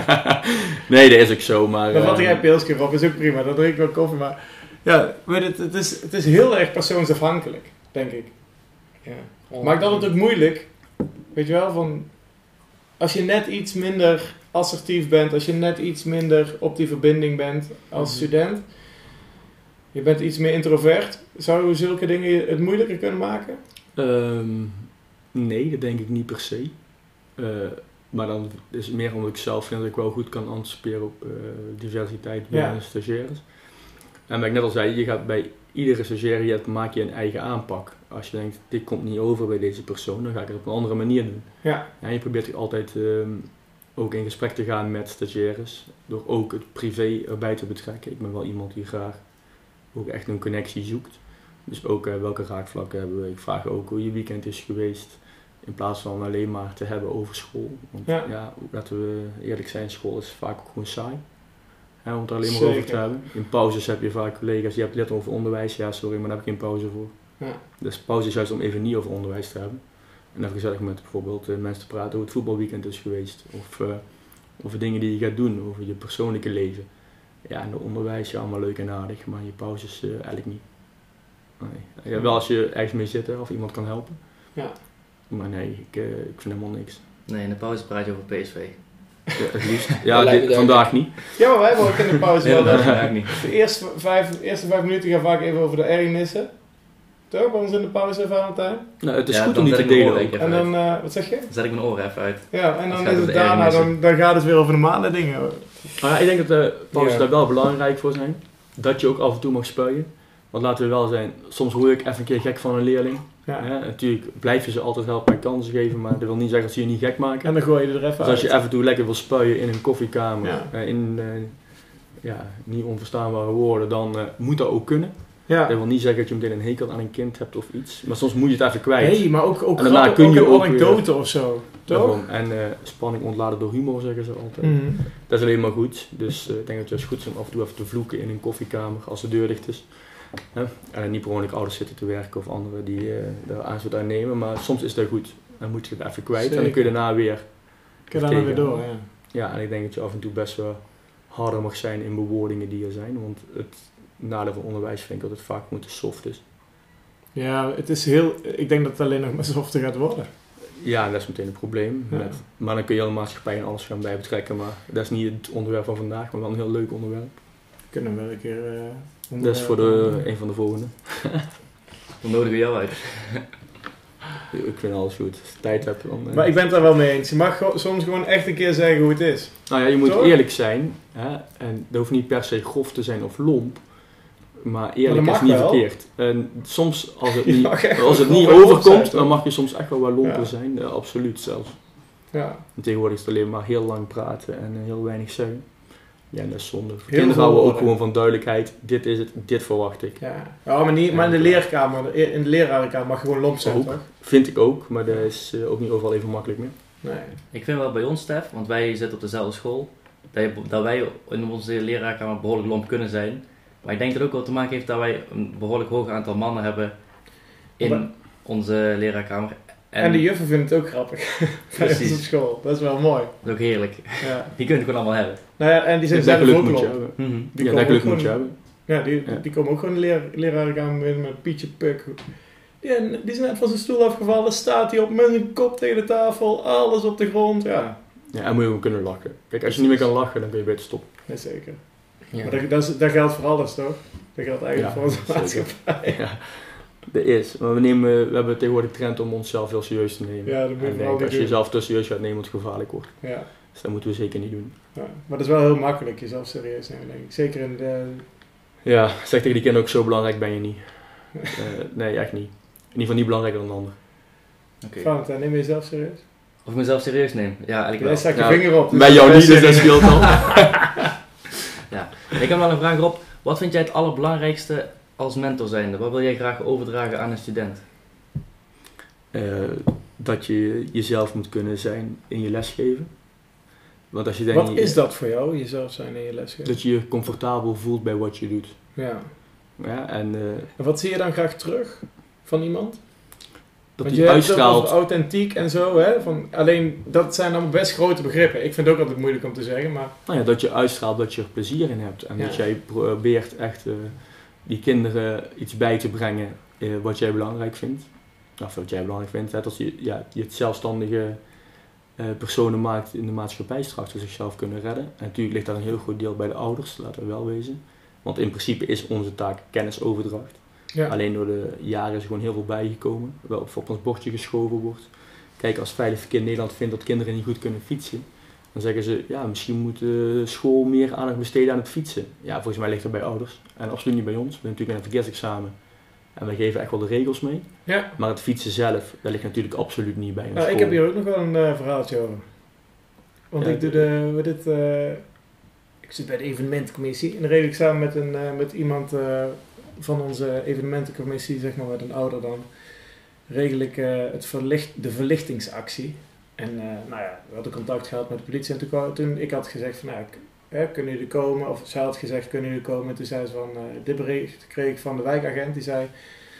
Nee, dat is ook zo. Maar, Dan vat uh, jij pilsje op, is ook prima, dan drink ik wel koffie. Maar ja, weet je, het, het, is, het is heel erg persoonsafhankelijk, denk ik. Ja. Maakt dat het ook moeilijk, weet je wel, van als je net iets minder assertief bent, als je net iets minder op die verbinding bent als Mhm. student, je bent iets meer introvert, zouden zulke dingen het moeilijker kunnen maken? Um, nee, dat denk ik niet per se. Uh, maar dan is het meer omdat ik zelf vind dat ik wel goed kan anticiperen op uh, diversiteit binnen Ja. stagiaires. En wat ik net al zei, je gaat bij iedere stagiaire die je hebt, maak je een eigen aanpak. Als je denkt, dit komt niet over bij deze persoon, dan ga ik het op een andere manier doen. Ja, Ja, je probeert altijd um, ook in gesprek te gaan met stagiaires, door ook het privé erbij te betrekken. Ik ben wel iemand die graag ook echt een connectie zoekt. Dus ook uh, welke raakvlakken hebben we. Ik vraag ook hoe je weekend is geweest. In plaats van alleen maar te hebben over school. Want Ja. ja, laten we eerlijk zijn, school is vaak ook gewoon saai. Hè, om het er alleen maar over te Zeker. hebben. In pauzes heb je vaak collega's die hebben het over onderwijs. Ja, sorry, maar daar heb ik geen pauze voor. ja. Dus pauze is juist om even niet over onderwijs te hebben. En dan gezellig met bijvoorbeeld uh, mensen te praten over het voetbalweekend is geweest. Of uh, over dingen die je gaat doen, over je persoonlijke leven. Ja, en de onderwijs, ja, allemaal leuk en aardig, maar je pauzes uh, eigenlijk niet. Nee. Ja, wel als je ergens mee zit hè, of iemand kan helpen. Ja. Maar nee, ik, uh, ik vind helemaal niks. Nee, in de pauze praat je over P S V. Ja, het liefst. Dat Ja, lijkt me dit, vandaag niet. Ja, maar wij hebben ook in de pauze wel dat dat. ga ik niet. De eerste vijf, eerste vijf minuten gaan vaak even over de ergernissen. Toch? Bij ons in de pauze, Valentijn? Nou, het is Ja, goed dan om die zet te ik mijn delen. oren ook. En even dan, uit. uh, wat zeg je? Dan zet ik mijn oren even uit. Ja, en Het dan gaat is over het de daarna, ergernissen. dan, dan gaat het weer over normale dingen. Maar ja, ik denk dat de pauzes Ja. daar wel belangrijk voor zijn. Dat je ook af en toe mag spuien. Want laten we wel zijn, soms word ik even een keer gek van een leerling. Ja. Ja, natuurlijk blijf je ze altijd helpen en kansen geven, maar dat wil niet zeggen dat ze je niet gek maken. En dan gooi je er even Dus als je uit. af en toe lekker wil spuien in een koffiekamer, Ja. eh, in uh, ja, niet onverstaanbare woorden, dan uh, moet dat ook kunnen. Ja. Dat wil niet zeggen dat je meteen een hekel aan een kind hebt of iets, maar soms moet je het even kwijt. Nee, maar ook, ook, En daarna grappig, kun ook je een ook anekdote of zo. Toch? Daarom. En uh, spanning ontladen door humor, zeggen ze altijd. Mhm. Dat is alleen maar goed. Dus uh, ik denk dat het juist goed is om af en toe even te vloeken in een koffiekamer als de deur dicht is. Hè? En niet per ongeluk ouders zitten te werken of anderen die uh, daar aanstoot aan nemen. Maar soms is dat goed. Dan moet je het even kwijt. En dan kun je daarna weer Kun je dan weer door, ja. Ja, en ik denk dat je af en toe best wel harder mag zijn in bewoordingen die er zijn. Want het nadeel van onderwijs vind ik dat het vaak moet te soft is. Ja, het is heel... Ik denk dat het alleen nog maar softer gaat worden. Ja, dat is meteen een probleem. Ja. Met, maar dan kun je de maatschappij en alles gaan bij betrekken. Maar dat is niet het onderwerp van vandaag, maar wel een heel leuk onderwerp. Kunnen we wel een keer... Uh, dat is voor de, een van de volgende. Dan nodigen we jou uit. Ik vind alles goed. Als je tijd hebt dan... Uh... Maar ik ben het daar wel mee eens. Je mag go- soms gewoon echt een keer zeggen hoe het is. Nou ja, je moet Toch? eerlijk zijn. Hè? En dat hoeft niet per se grof te zijn of lomp. Maar eerlijk Maar is dat niet mag wel. verkeerd. En soms, als het Je niet, mag echt als het wel niet gewoon lomp overkomt, zijn, dan mag je soms echt wel wat lomper Ja. zijn. Ja, absoluut zelfs. Ja. En tegenwoordig is het alleen maar heel lang praten en uh, heel weinig zeggen. Ja, dat is zonde. Voor Heel kinderen veel houden we ook woorden. gewoon van duidelijkheid. Dit is het, dit verwacht ik. Ja, ja maar, niet, maar in de leerkamer, in de lerarenkamer mag je gewoon lomp zijn, Ook. toch? Vind ik ook, maar dat is uh, ook niet overal even makkelijk meer. Nee. Ik vind wel bij ons, Stef, want wij zitten op dezelfde school, dat, je, dat wij in onze leraarkamer behoorlijk lomp kunnen zijn. Maar ik denk dat het ook wel te maken heeft dat wij een behoorlijk hoog aantal mannen hebben in Maar- onze leraarkamer. En, En de juffen vinden het ook grappig. Bij ons Precies. op school. Dat is wel mooi. dat is ook heerlijk. Ja. Die kunnen het gewoon allemaal hebben. Nou ja, en die zijn Dat zelf geluk ook moet je lomp. hebben. Mhm. Die Ja, komen dat geluk ook moet je gewoon- hebben. Ja, die, Ja. die komen ook gewoon in de leer, lerarenkamer binnen met Pietje Puk. Die, die is net van zijn stoel afgevallen, staat hij op met zijn kop tegen de tafel, alles op de grond. Ja, Ja, en moet je ook kunnen lachen. Kijk, als je niet meer kan lachen, dan kun je beter stoppen. ja zeker. Ja. Maar dat, dat, is- dat geldt voor alles, toch? Dat geldt eigenlijk Ja, voor onze zeker. maatschappij. Ja, dat is. Maar we, nemen, we hebben tegenwoordig de trend om onszelf heel serieus te nemen. Ja, dat moet je en ik vooral denk, niet als je doen. jezelf te serieus gaat nemen, het gevaarlijk wordt. Ja, Dus dat moeten we zeker niet doen. ja. Maar dat is wel heel makkelijk, jezelf serieus nemen, denk ik. Zeker in de... Ja, zeg tegen die kinderen ook, zo belangrijk ben je niet. Uh, nee, echt niet. In ieder geval niet belangrijker dan de ander. Oké. Valentijn, neem je jezelf serieus? Of ik mezelf serieus neem? Ja, eigenlijk Jij wel. stak je Nou, vinger op. dus Bij jou dat niet, is dus dat serieus. scheelt al. Ja. Ik heb wel een vraag op. Wat vind jij het allerbelangrijkste als mentor zijnde? Wat wil jij graag overdragen aan een student? Uh, dat je jezelf moet kunnen zijn in je lesgeven. Want als je denkt, Wat is dat voor jou, jezelf zijn in je lesgeven? dat je je comfortabel voelt bij wat je doet. Ja. Ja, en uh, En wat zie je dan graag terug van iemand? dat Want hij je hebt het uitstraalt. over authentiek en zo, hè? Van, alleen, dat zijn dan best grote begrippen. Ik vind het ook altijd moeilijk om te zeggen, maar... Nou ja, dat je uitstraalt dat je er plezier in hebt. En Ja. dat jij probeert echt uh, die kinderen iets bij te brengen uh, wat jij belangrijk vindt. Of wat jij belangrijk vindt. Hè, dat je, ja, je het zelfstandige uh, personen maakt in de maatschappij straks voor zichzelf kunnen redden. En natuurlijk ligt daar een heel groot deel bij de ouders, laten we wel wezen. Want in principe is onze taak kennisoverdracht. Ja. Alleen door de jaren is er gewoon heel veel bijgekomen. Wel op ons bordje geschoven wordt. Kijk, als Veilig Verkeer Nederland vindt dat kinderen niet goed kunnen fietsen. Dan zeggen ze, ja, misschien moet de school meer aandacht besteden aan het fietsen. Ja, volgens mij ligt dat bij ouders. En absoluut niet bij ons. We zijn natuurlijk in een verkeersexamen. En we geven echt wel de regels mee. Ja. Maar het fietsen zelf, dat ligt natuurlijk absoluut niet bij een Nou, school. ik heb hier ook nog wel een uh, verhaaltje over. Want Ja, ik doe de... Wat dit, uh, ik zit bij de evenementencommissie. En dan regel ik samen met, een, uh, met iemand uh, van onze evenementencommissie, zeg maar met een ouder dan, regel ik uh, het verlicht, de verlichtingsactie. En uh, nou ja, we hadden contact gehad met de politie. En toen, kwam- toen ik had gezegd van, nou, ik, hè, kunnen jullie komen? Of zij had gezegd, kunnen jullie komen? En toen zei ze van, uh, dit bericht kreeg ik van de wijkagent. Die zei,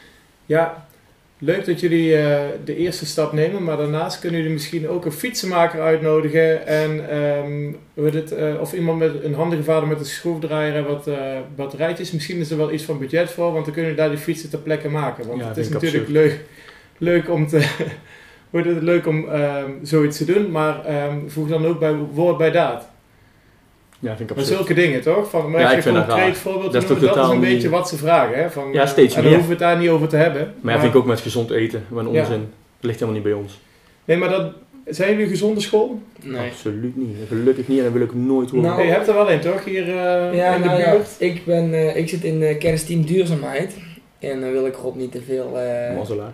ja, leuk dat jullie uh, de eerste stap nemen, maar daarnaast kunnen jullie misschien ook een fietsenmaker uitnodigen. En um, hoe heet het, uh, of iemand met een handige vader met een schroefdraaier en wat uh, batterijtjes. Misschien is er wel iets van budget voor, want dan kunnen jullie daar die fietsen ter plekke maken. Want Ja, het is vind ik natuurlijk leuk, leuk om te... Wordt het leuk om um, zoiets te doen, maar um, voeg dan ook bij woord bij daad. Ja, vind ik Maar absurd. zulke dingen, toch? Van, maar Ja, als ik je vind een dat concreet raar. voorbeeld Dat te is toch noemen, dat is een totaal beetje niet- wat ze vragen. Hè? Van, Ja, uh, steeds en dan meer. hoeven we het daar niet over te hebben. Maar ja, vind ik ook met gezond eten. Wat een Ja. onzin. Dat ligt helemaal niet bij ons. Nee, maar dat, zijn jullie een gezonde school? Nee. Absoluut niet. Gelukkig niet en dat wil ik ook nooit worden. Nou, Nee, je hebt er wel een, toch? Hier uh, Ja, in de nou ja, buurt. ik, ben, uh, ik zit in uh, kennisteam duurzaamheid. En dan wil ik Rob niet te veel... Uh, Mazzelaar.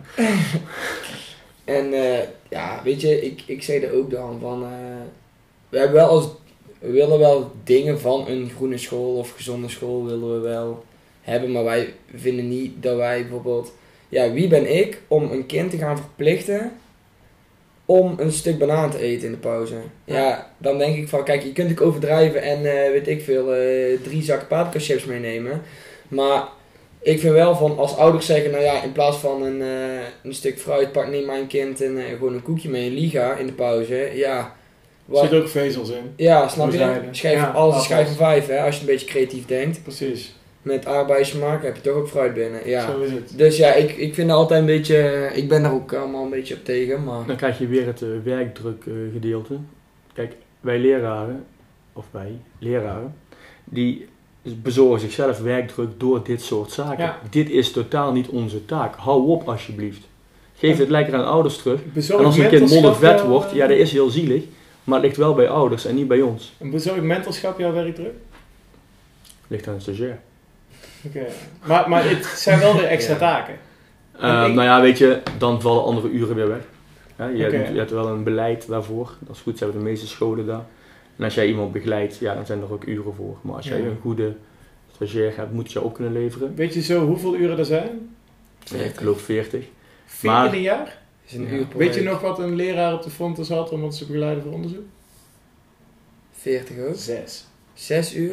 en uh, ja, weet je, ik, ik zei er ook dan van... Uh, we, hebben wel als, we willen wel dingen van een groene school of gezonde school willen we wel hebben. Maar wij vinden niet dat wij bijvoorbeeld... Ja, wie ben ik om een kind te gaan verplichten om een stuk banaan te eten in de pauze? Ja, dan denk ik van, kijk, je kunt ook overdrijven en uh, weet ik veel, uh, drie zakken paprika chips meenemen. Maar ik vind wel van, als ouders zeggen, nou ja, in plaats van een, uh, een stuk fruit, pak neem mijn kind en uh, gewoon een koekje mee, een liga in de pauze. Ja, Er zitten ook vezels in. Ja, snap je? Rozijnen. Schijf, Ja, alles is appels. schijf van vijf, hè, als je een beetje creatief denkt. Precies. Met aardbeidssmaak heb je toch ook fruit binnen. Ja. Zo is het. Dus ja, ik, ik vind het altijd een beetje, ik ben daar ook allemaal een beetje op tegen, maar... Dan krijg je weer het uh, werkdrukgedeelte. Kijk, wij leraren, of wij leraren, die bezorgen zichzelf werkdruk door dit soort zaken. Ja. Dit is totaal niet onze taak. Hou op alsjeblieft. Geef het lekker aan ouders terug. Bezorgd En als een kind mentorschap moddervet jouw, wordt, eh, ja dat is heel zielig. Maar het ligt wel bij ouders en niet bij ons. Een bezorgd mentorschap jouw werkdruk? Ligt aan de stagiair. Oké. Maar, maar het zijn wel weer extra Ja. taken. Uh, ik- nou ja, weet je, dan vallen andere uren weer weg. Ja, je, Oké. hebt, je hebt wel een beleid daarvoor. Dat is goed, ze hebben de meeste scholen daar. En als jij iemand begeleidt, ja, dan zijn er ook uren voor. Maar als jij Ja. een goede stagiair hebt, moet je jou ook kunnen leveren. Weet je zo hoeveel uren er zijn? Ja, ik geloof veertig. Vier Maar- in een jaar? Is een Ja. uur per Weet je week. nog wat een leraar op de Fontes had om ons te begeleiden voor onderzoek? veertig ook? Zes. Zes uur?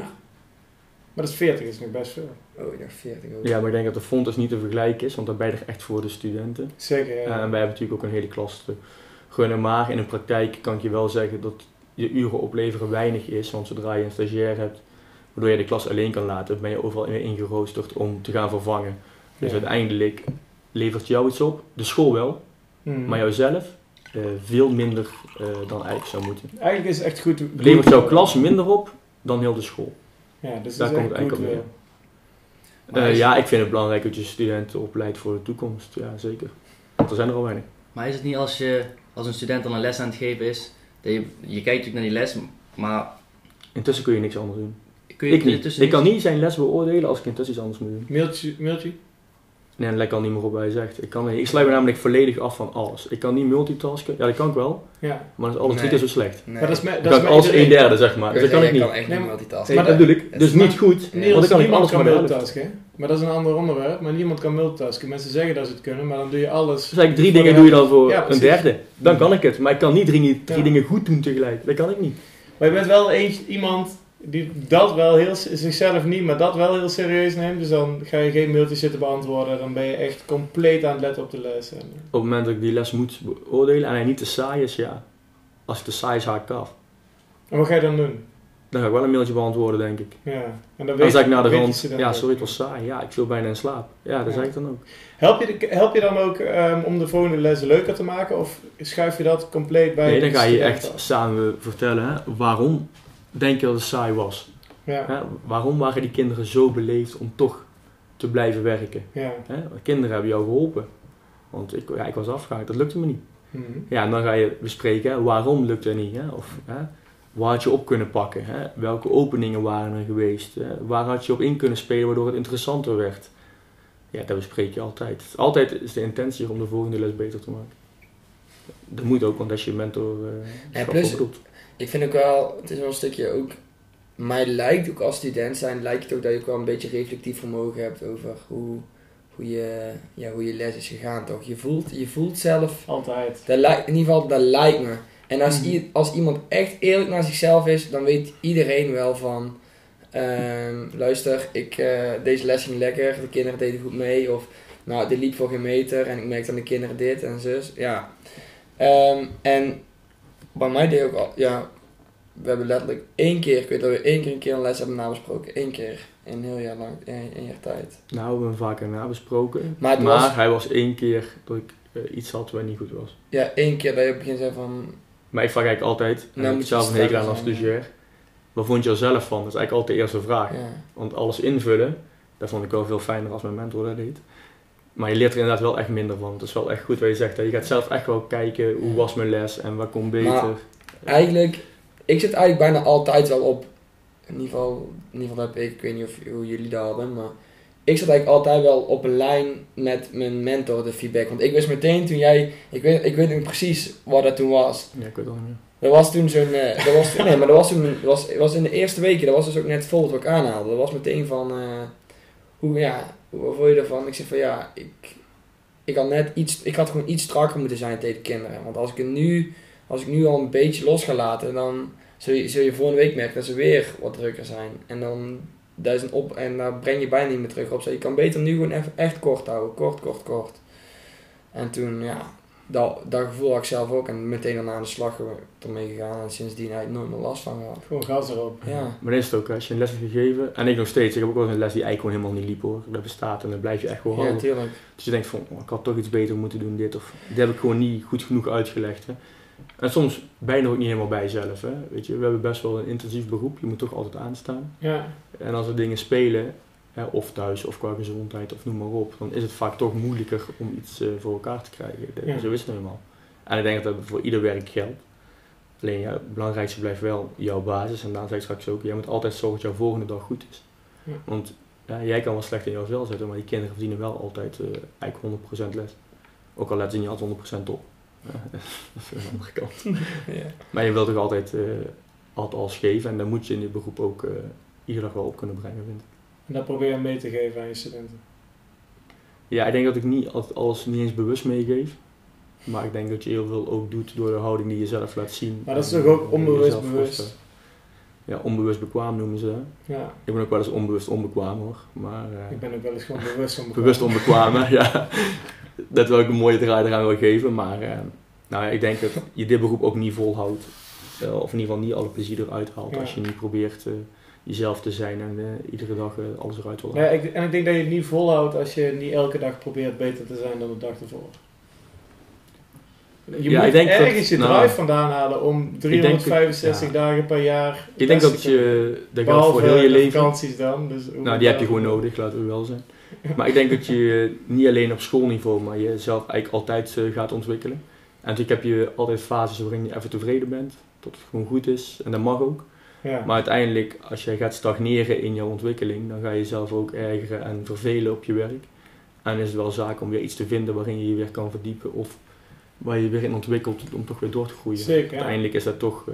Maar dat is veertig, is nog best veel. Oh, ik dacht veertig ook. Ja, maar ik denk dat de fonds niet te vergelijken is, want dan ben je er echt voor de studenten. Zeker, ja. Uh, en wij hebben natuurlijk ook een hele klas te gunnen. Maar in de praktijk kan ik je wel zeggen dat je uren opleveren weinig is. Want zodra je een stagiair hebt, waardoor je de klas alleen kan laten, ben je overal in- ingeroosterd om te gaan vervangen. Dus Ja. uiteindelijk levert jou iets op, de school wel, Hmm. maar jouzelf uh, veel minder uh, dan eigenlijk zou moeten. Eigenlijk is het echt goed. Levert jouw klas minder op dan heel de school. Ja, dus Daar dat is komt echt het goed eigenlijk op weer. Maar Uh, is- ja, ik vind het belangrijk dat je studenten opleidt voor de toekomst. Ja, zeker. Want er zijn er al weinig. Maar is het niet als je als een student dan een les aan het geven is, dat je, je kijkt natuurlijk naar die les, maar Intussen kun je niks anders doen. kun je Ik niet. ertussen Ik kan niet zijn les beoordelen als ik intussen iets anders moet doen. Mailtje, mailtje? Nee, en let kan niet meer op wat hij zegt. Ik, kan, ik sluit me namelijk volledig af van alles. Ik kan niet multitasken. Ja, dat kan ik wel. Ja. Maar dat is alles Nee. drie keer zo slecht. Nee. Maar dat is me, Dan dat kan is ik met als een iedereen. derde, zeg maar. Dus dat kan ik Je niet. kan echt Nee, niet maar- multitasken. Nee, Maar dat dat- bedoel ik. dat Dus is niet maar- goed. Ja. Niels, Want dan kan ik niemand alles kan maar de helft. multitasken. hè? Maar dat is een ander onderwerp. Maar niemand kan multitasken. Mensen zeggen dat ze het kunnen, maar dan doe je alles. Dus eigenlijk drie voor dingen de doe je helft. dan voor Ja, een precies. derde. Dan kan ik het. Maar ik kan niet drie, drie Ja. dingen goed doen tegelijk. Dat kan ik niet. Maar je bent wel eentje, iemand die dat wel heel, zichzelf niet, maar dat wel heel serieus neemt. Dus dan ga je geen mailtjes zitten beantwoorden. Dan ben je echt compleet aan het letten op de les. En, Op het moment dat ik die les moet beoordelen en hij niet te saai is, ja. Als het te saai is, haak ik af. en wat ga je dan doen? Dan ga ik wel een mailtje beantwoorden, denk ik. Ja. En dan Dan weet, zeg ik naar de weet je rand, ze dan ja ook. sorry het was saai, ja ik viel bijna in slaap. Ja, dat Ja. zeg ik dan ook. Help je, de- help je dan ook ehm, om de volgende les leuker te maken? Of schuif je dat compleet bij Nee, de dan ga je student echt af? samen vertellen, hè, waarom denk je dat het saai was? Ja. Hè? Waarom waren die kinderen zo beleefd om toch te blijven werken? Ja. Hè? Kinderen hebben jou geholpen. Want ik, ja, ik was afgehaakt, dat lukte me niet. Mhm. Ja, en dan ga je bespreken, hè, waarom lukte het niet? Hè? Of hè, waar had je op kunnen pakken? Hè? Welke openingen waren er geweest? Hè? Waar had je op in kunnen spelen waardoor het interessanter werd? Ja, dat bespreek je altijd. Altijd is de intentie om de volgende les beter te maken. Dat moet ook, want als je mentor uh, Ja, plus- bedoelt. Ik vind ook wel, het is wel een stukje ook, mij lijkt ook als student zijn, lijkt het ook dat je ook wel een beetje reflectief vermogen hebt over hoe, hoe, je, ja, hoe je les is gegaan, toch? Je voelt, je voelt zelf, Altijd. dat lijkt, in ieder geval, dat lijkt me. En als, Mhm. i- als iemand echt eerlijk naar zichzelf is, dan weet iedereen wel van, ehm, luister, ik, eh, deze les ging lekker, de kinderen deden goed mee, of nou, dit liep voor geen meter en ik merkte aan de kinderen dit en zus, ja. Ehm, en bij mij deed ook al, ja, we hebben letterlijk één keer, ik weet dat we één keer een keer een les hebben nabesproken, één keer in een heel jaar lang, in een jaar tijd. Nou, we hebben hem vaker nabesproken. Maar het maar was- hij was één keer dat ik uh, iets had wat niet goed was. Ja, één keer dat je op het begin zei van, Maar ik vraag eigenlijk altijd, en Nou, ik moet je zelf een hekel aan sterker als zijn, stagiair, wat vond je er zelf van? Dat is eigenlijk altijd de eerste vraag. ja. Want alles invullen, dat vond ik wel veel fijner als mijn mentor dat deed. Maar je leert er inderdaad wel echt minder van. Het is wel echt goed wat je zegt. Hè. Je gaat zelf echt wel kijken, hoe was mijn les en wat kon beter. Maar- Eigenlijk, ik zit eigenlijk bijna altijd wel op, in ieder geval, in ieder geval heb ik, ik weet niet of, hoe jullie dat hadden, maar ik zat eigenlijk altijd wel op een lijn met mijn mentor, de feedback. Want ik wist meteen toen jij, ik weet, ik weet nog precies wat dat toen was. Ja, ik weet het al niet meer. Er was toen zo'n, eh, dat was toen, nee, maar dat was toen, dat was, was in de eerste weken, dat was dus ook net het voorbeeld wat ik aanhaalde. Dat was meteen van, eh, hoe, ja, hoe wat vond je ervan? Ik zeg van, ja, ik, ik had net iets, ik had gewoon iets strakker moeten zijn tegen de kinderen. Want als ik het nu, als ik nu al een beetje los ga laten, dan zul je, zul je volgende week merken dat ze weer wat drukker zijn. En dan, dat is een op, en daar breng je bijna niet meer terug op. Zo, je kan beter nu gewoon even echt kort houden, kort, kort, kort. En toen, ja, dat, dat gevoel had ik zelf ook en meteen daarna aan de slag ermee gegaan en sindsdien eigenlijk nooit meer last van gehad. Gewoon gas erop. Ja. Maar dat is het ook, als je een les hebt gegeven, en ik nog steeds, ik heb ook wel eens een les die eigenlijk gewoon helemaal niet liep hoor. Dat bestaat en dan blijf je echt gewoon Ja, houden. tuurlijk. Dus je denkt van, oh, ik had toch iets beter moeten doen dit, of dit heb ik gewoon niet goed genoeg uitgelegd. Hè. En soms ben je er ook niet helemaal bij jezelf. Hè. Weet je, we hebben best wel een intensief beroep, je moet toch altijd aanstaan. Ja. En als er dingen spelen, hè, of thuis of qua gezondheid of noem maar op, dan is het vaak toch moeilijker om iets uh, voor elkaar te krijgen. Dat, Ja. Zo is het nou eenmaal. En ik denk dat dat voor ieder werk geldt. Alleen ja, het belangrijkste blijft wel jouw basis. En daar zei ik straks ook, jij moet altijd zorgen dat jouw volgende dag goed is. Ja. Want ja, jij kan wel slecht in jouw vel zitten, maar die kinderen verdienen wel altijd uh, eigenlijk honderd procent les. Ook al letten ze niet altijd honderd procent op. Ja, dat is een andere kant. Ja. Maar je wilt toch altijd, uh, altijd alles geven en dan moet je in dit beroep ook uh, iedere dag wel op kunnen brengen, vind ik. En dat probeer je mee te geven aan je studenten. Ja, ik denk dat ik niet altijd alles niet eens bewust meegeef. Maar ik denk dat je heel veel ook doet door de houding die je zelf laat zien. Maar dat is toch ook onbewust jezelf bewust? voorstelt. Ja, onbewust bekwaam noemen ze. Ja. Ik ben ook wel eens onbewust onbekwaam hoor. Maar, uh, Ik ben ook wel eens gewoon bewust onbekwaam. bewust onbekwaam, hè, ja. Dat wil ik een mooie draai eraan wil geven. Maar uh, nou ja, ik denk dat je dit beroep ook niet volhoudt. Uh, of in ieder geval niet alle plezier eruit haalt. Ja. Als je niet probeert uh, jezelf te zijn en uh, iedere dag uh, alles eruit wil Ja, halen. ik, en ik denk dat je het niet volhoudt als je niet elke dag probeert beter te zijn dan de dag ervoor. Je Ja, moet ik denk ergens dat- je nou, drive vandaan halen om driehonderdvijfenzestig ja. dagen per jaar. Ik denk dat beste te je, dat geldt Behalve voor heel je de leven. vakanties dan. Dus hoe Nou, die heb je daar- gewoon nodig, laten we wel zijn. Maar ik denk dat je niet alleen op schoolniveau, maar jezelf eigenlijk altijd uh, gaat ontwikkelen. En natuurlijk heb je altijd fases waarin je even tevreden bent, tot het gewoon goed is. En dat mag ook. Ja. Maar uiteindelijk, als jij gaat stagneren in jouw ontwikkeling, dan ga je jezelf ook ergeren en vervelen op je werk. En dan is het wel zaak om weer iets te vinden waarin je je weer kan verdiepen of waar je weer in ontwikkelt om toch weer door te groeien. Zeker, ja. Uiteindelijk is dat toch uh,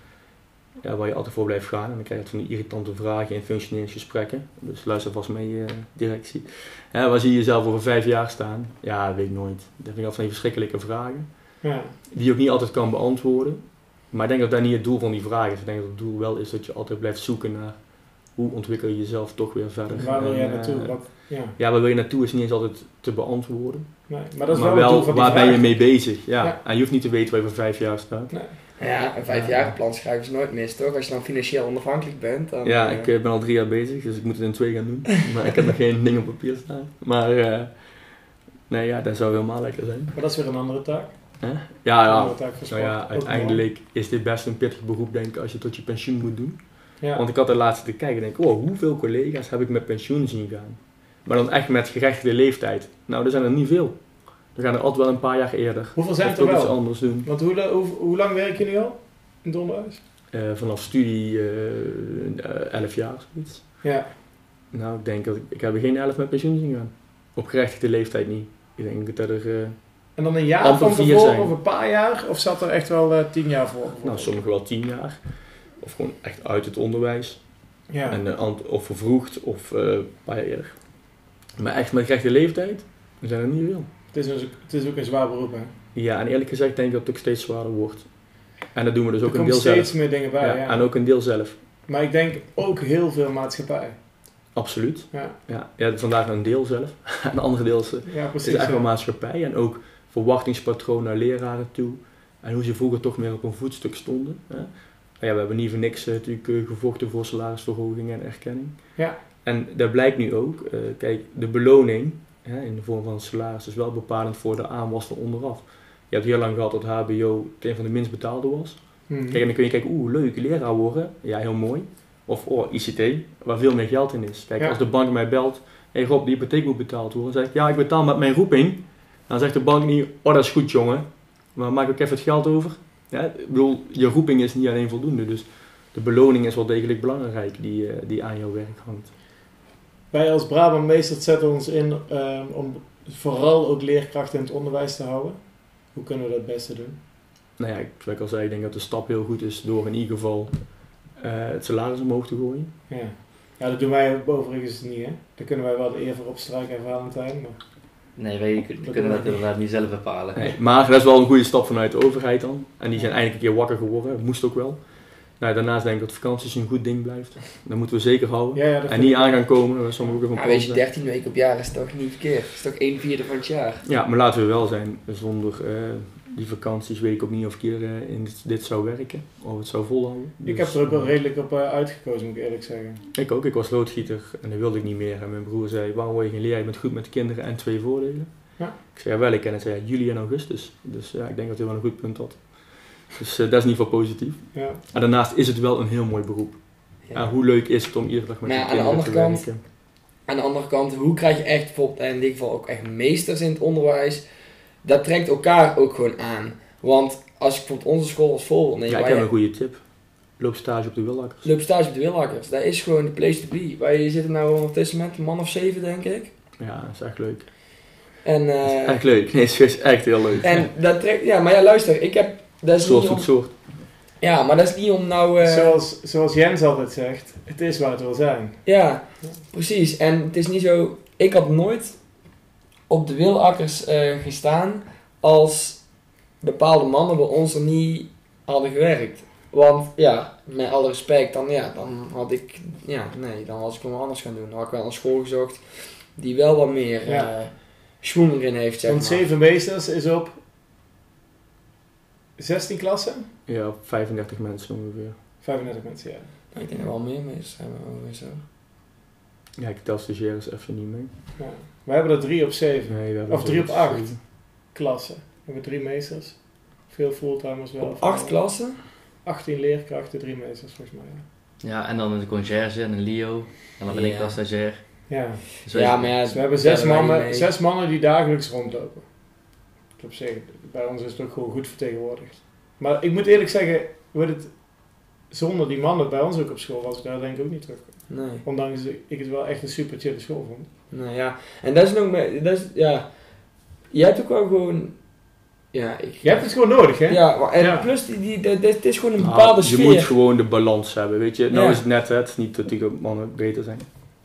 ja, waar je altijd voor blijft gaan. En dan krijg je van die irritante vragen in functioneringsgesprekken. Dus luister vast mee, uh, directie. Ja, waar zie je jezelf over vijf jaar staan? Ja, dat weet ik nooit. Dat vind ik altijd van die verschrikkelijke vragen. Ja. Die je ook niet altijd kan beantwoorden. Maar ik denk dat dat niet het doel van die vraag is. Ik denk dat het doel wel is dat je altijd blijft zoeken naar hoe ontwikkel je jezelf toch weer verder. Waar wil jij En, naartoe? uh, Wat, ja. ja, waar wil je naartoe is niet eens altijd te beantwoorden. Nee, maar dat is maar wel, het doel wel van die waar ben vraag. je mee bezig. Ja. Ja. En je hoeft niet te weten waar je voor vijf jaar staat. Nee. Ja, een vijfjarenplan schrijven ze nooit mis, toch? Als je dan financieel onafhankelijk bent. Dan, Ja, uh, ik uh, ben al drie jaar bezig, dus ik moet het in twee gaan doen. Maar ik heb nog geen ding op papier staan. Maar uh, nee, ja, dat zou helemaal lekker zijn. Maar dat is weer een andere taak. Huh? Ja, Een ja. andere taak voor sport. Nou ja, Ook uiteindelijk is dit best een pittig beroep, denk ik, als je tot je pensioen moet doen. mooi. Ja. Want ik had er laatst te kijken en denk, oh, hoeveel collega's heb ik met pensioen zien gaan? Maar dan echt met gerechtigde leeftijd. Nou, er zijn er niet veel. Er gaan er altijd wel een paar jaar eerder. Hoeveel zijn Of het er toch iets wel? anders doen. Want hoe, hoe, hoe lang werk je nu al in het onderwijs? Uh, vanaf studie uh, uh, elf jaar of zoiets. Ja. Nou, ik denk dat ik, ik heb er geen elf met pensioen zien gaan. Op gerechtigde leeftijd niet. Ik denk dat er, uh, En dan een jaar Amper van vier tevoren zijn. of een paar jaar? Of zat er echt wel uh, tien jaar voor? nou, sommigen wel tien jaar. Of gewoon echt uit het onderwijs. Ja. En, uh, ant- of vervroegd of uh, een paar jaar eerder. Maar echt met gerechtigde leeftijd, er zijn er niet veel. Het, is een, het is ook een zwaar beroep, hè? Ja, en eerlijk gezegd denk ik dat het ook steeds zwaarder wordt. En dat doen we dus Er ook een komen deel steeds zelf. meer dingen bij, Ja, ja. En ook een deel zelf. Maar ik denk ook heel veel maatschappij. Absoluut. Ja, Ja, ja, vandaag een deel zelf. Een andere deel is, uh, ja is precies. echt wel ja. maatschappij. En ook verwachtingspatroon naar leraren toe. En hoe ze vroeger toch meer op een voetstuk stonden. Hè. Ja, we hebben niet voor niks uh, natuurlijk uh, gevochten voor salarisverhoging en erkenning. Ja. En dat blijkt nu ook. Uh, kijk, de beloning hè, in de vorm van salaris is wel bepalend voor de aanwas van onderaf. Je hebt heel lang gehad dat H B O het een van de minst betaalde was. Hmm. Kijk, en dan kun je kijken, oeh, leuk, leraar worden. Ja, heel mooi. Of, oh, I C T, waar veel meer geld in is. Kijk, Ja. als de bank mij belt, hé hey Rob, die hypotheek moet betaald worden. Dan zeg ik, ja, ik betaal met mijn roeping. Dan zegt de bank niet, oh, dat is goed, jongen. Maar maak ook even het geld over. Ja, ik bedoel, je roeping is niet alleen voldoende. Dus de beloning is wel degelijk belangrijk die, uh, die aan jouw werk hangt. Wij als Brabant Meesters zetten ons in um, om vooral ook leerkrachten in het onderwijs te houden. Hoe kunnen we dat het beste doen? Nou ja, zoals ik al zei, ik denk dat de stap heel goed is door in ieder geval uh, het salaris omhoog te gooien. Ja. Ja, dat doen wij overigens niet, hè. Daar kunnen wij wel de eer voor opstrijken en Valentijn, maar... Nee, wij kun- Dat kunnen doen dat we inderdaad niet zelf bepalen. Nee, maar dat is wel een goede stap vanuit de overheid dan. En die zijn eindelijk een keer wakker geworden, moest ook wel. Nou, daarnaast denk ik dat vakanties een goed ding blijft. Dat moeten we zeker houden. Ja, ja, dat En vind niet ik- aan gaan komen, waar sommigen ook van Ja, plan weet je, zijn. dertien weken op jaar is toch niet verkeerd. Dat is toch één vierde van het jaar. Ja, maar laten we wel zijn, zonder eh, die vakanties weet ik ook niet of ik hier eh, in dit, dit zou werken. Of het zou volhouden. Ik Dus, heb er ook wel eh, redelijk op uh, uitgekozen, moet ik eerlijk zeggen. Ik ook, ik was loodgieter en dat wilde ik niet meer. En mijn broer zei, waarom wil je geen leraar? Je bent goed met de kinderen en twee voordelen. Ja. Ik zei, ja wel, ik ken het. Hij zei, ja, juli en augustus. Dus ja, ik denk dat hij wel een goed punt had. Dus uh, dat is in ieder geval positief. Ja. En daarnaast is het wel een heel mooi beroep. Ja. Ja, hoe leuk is het om iedere dag met Maar je ja, aan de kinderen te andere kant- werken? Aan de andere kant, hoe krijg je echt bijvoorbeeld, en in dit geval ook echt meesters in het onderwijs, dat trekt elkaar ook gewoon aan. Want als ik bijvoorbeeld onze school als voorbeeld neem, Ja, ik waar heb je een goede tip. Loop stage op de Willakkers. loopt stage op de Willakkers, dat is gewoon de place to be. Wij zitten nou ondertussen met een man of zeven, denk ik. Ja, dat is echt leuk. En, Dat is eh, echt leuk. Nee, het is echt heel leuk. en dat trekt, ja, maar ja, luister, ik heb, dat is Soort niet voor om, soort. ja, maar dat is niet om nou, eh, Zoals, zoals Jens altijd zegt, het is waar het wil zijn. ja, precies. En het is niet zo, ik had nooit op de Willakkers eh gestaan als bepaalde mannen bij ons er niet hadden gewerkt. Want ja, met alle respect, dan, ja, dan had ik, ja, nee, dan was ik wel anders gaan doen. Dan had ik wel een school gezocht die wel wat meer Ja. eh schoen erin heeft, zeg Want maar. zeven meesters is op zestien klassen? Ja, vijfendertig mensen ongeveer. vijfendertig mensen, ja. Ik denk dat wel meer meesters hebben over zo. Ja, ik tel stagiaires even niet mee. ja. We hebben er drie op zeven Nee, we hebben Of drie op zoiets, acht. eh, klassen. We hebben drie meesters. Veel fulltimers wel. Op acht klassen? achttien leerkrachten, drie meesters volgens mij. Ja. Ja, en dan een conciërge en een Leo. En dan ben ik Ja. dan stagiair. Ja. Dus wij- Ja, maar ja, Dus we hebben daar zes wij niet mannen, mee. zes mannen die dagelijks rondlopen. Op zich, bij ons is het ook gewoon goed vertegenwoordigd. Maar ik moet eerlijk zeggen, wordt het, zonder die mannen bij ons ook op school was ik daar denk ik ook niet terug. Nee. Ondanks dat ik het wel echt een super chille school vond. Nou ja, en dat is nog meer, dat is, ja, je hebt ook wel gewoon, ja, ik... Je hebt het gewoon nodig, hè? Ja, maar- en Ja. plus, die, die, dat- dat- het is gewoon een Nou, bepaalde je sfeer. moet gewoon de balans hebben, weet je. Nou Ja. is het net, hè, het is niet dat die mannen beter zijn.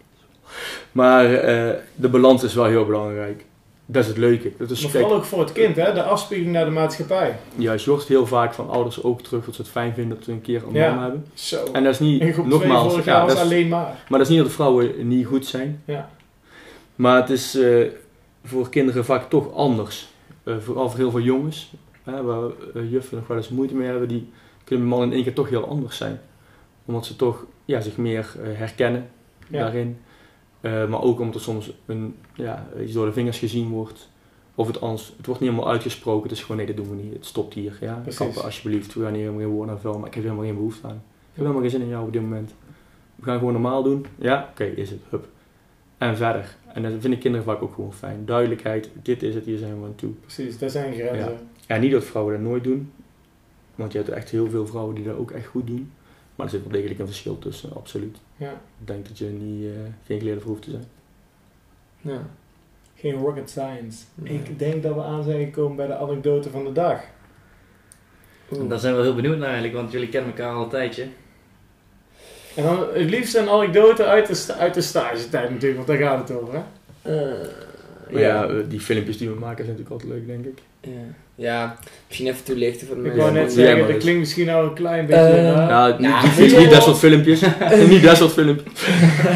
Maar eh, de balans is wel heel belangrijk. Dat is het leuke. Dat is, Maar kijk, vooral ook voor het kind, hè? De afspiegeling naar de maatschappij. juist, je hoort heel vaak van ouders ook terug dat ze het fijn vinden dat ze een keer een Ja. man hebben. Zo. En dat is niet, In groep twee nogmaals, vorig ja, jaar was dat is- alleen maar. maar dat is niet dat de vrouwen niet goed zijn. Ja. Maar het is eh, voor kinderen vaak toch anders. Eh, vooral voor heel veel jongens, hè, waar eh, juffen nog wel eens moeite mee hebben, die kunnen mannen in één keer toch heel anders zijn. Omdat ze toch ja, zich meer eh, herkennen Ja. daarin. Eh, maar ook omdat er soms een, ja, iets door de vingers gezien wordt. Of het anders, het wordt niet helemaal uitgesproken. Het is gewoon nee, dat doen we niet. Het stopt hier. Ja? Precies. Kappen alsjeblieft. We gaan hier helemaal geen woorden aan vuil, maar ik heb helemaal geen behoefte aan. Ik heb helemaal geen zin in jou op dit moment. We gaan gewoon normaal doen. Ja, oké, is het. Hup. En verder. En dat vinden kinderen vaak ook gewoon fijn. Duidelijkheid, dit is het, hier zijn we aan toe. Precies, dat zijn grenzen. Ja, niet dat vrouwen dat nooit doen. Want je hebt echt heel veel vrouwen die dat ook echt goed doen. Maar er zit wel degelijk een verschil tussen, absoluut. Ja. Ik denk dat je niet, uh, geen geleerde voor hoeft te zijn. Ja. Geen rocket science. Nee. Ik denk dat we aan zijn gekomen bij de anekdote van de dag. En daar zijn we wel heel benieuwd naar eigenlijk, want jullie kennen elkaar al een tijdje. En dan het liefst een anekdote uit de, sta- uit de stagetijd natuurlijk, want daar gaat het over, hè? Eh, Maar ja, uh, die filmpjes die we maken zijn natuurlijk altijd leuk, denk ik. ja. Ja, misschien even toelichten voor de Ik mensen. wou net doe zeggen, jij maar dat eens. klinkt misschien nou een klein beetje Eh, raar. Ja, niet, nou, die, weet je niet dat wel- soort filmpjes. niet dat soort filmpjes.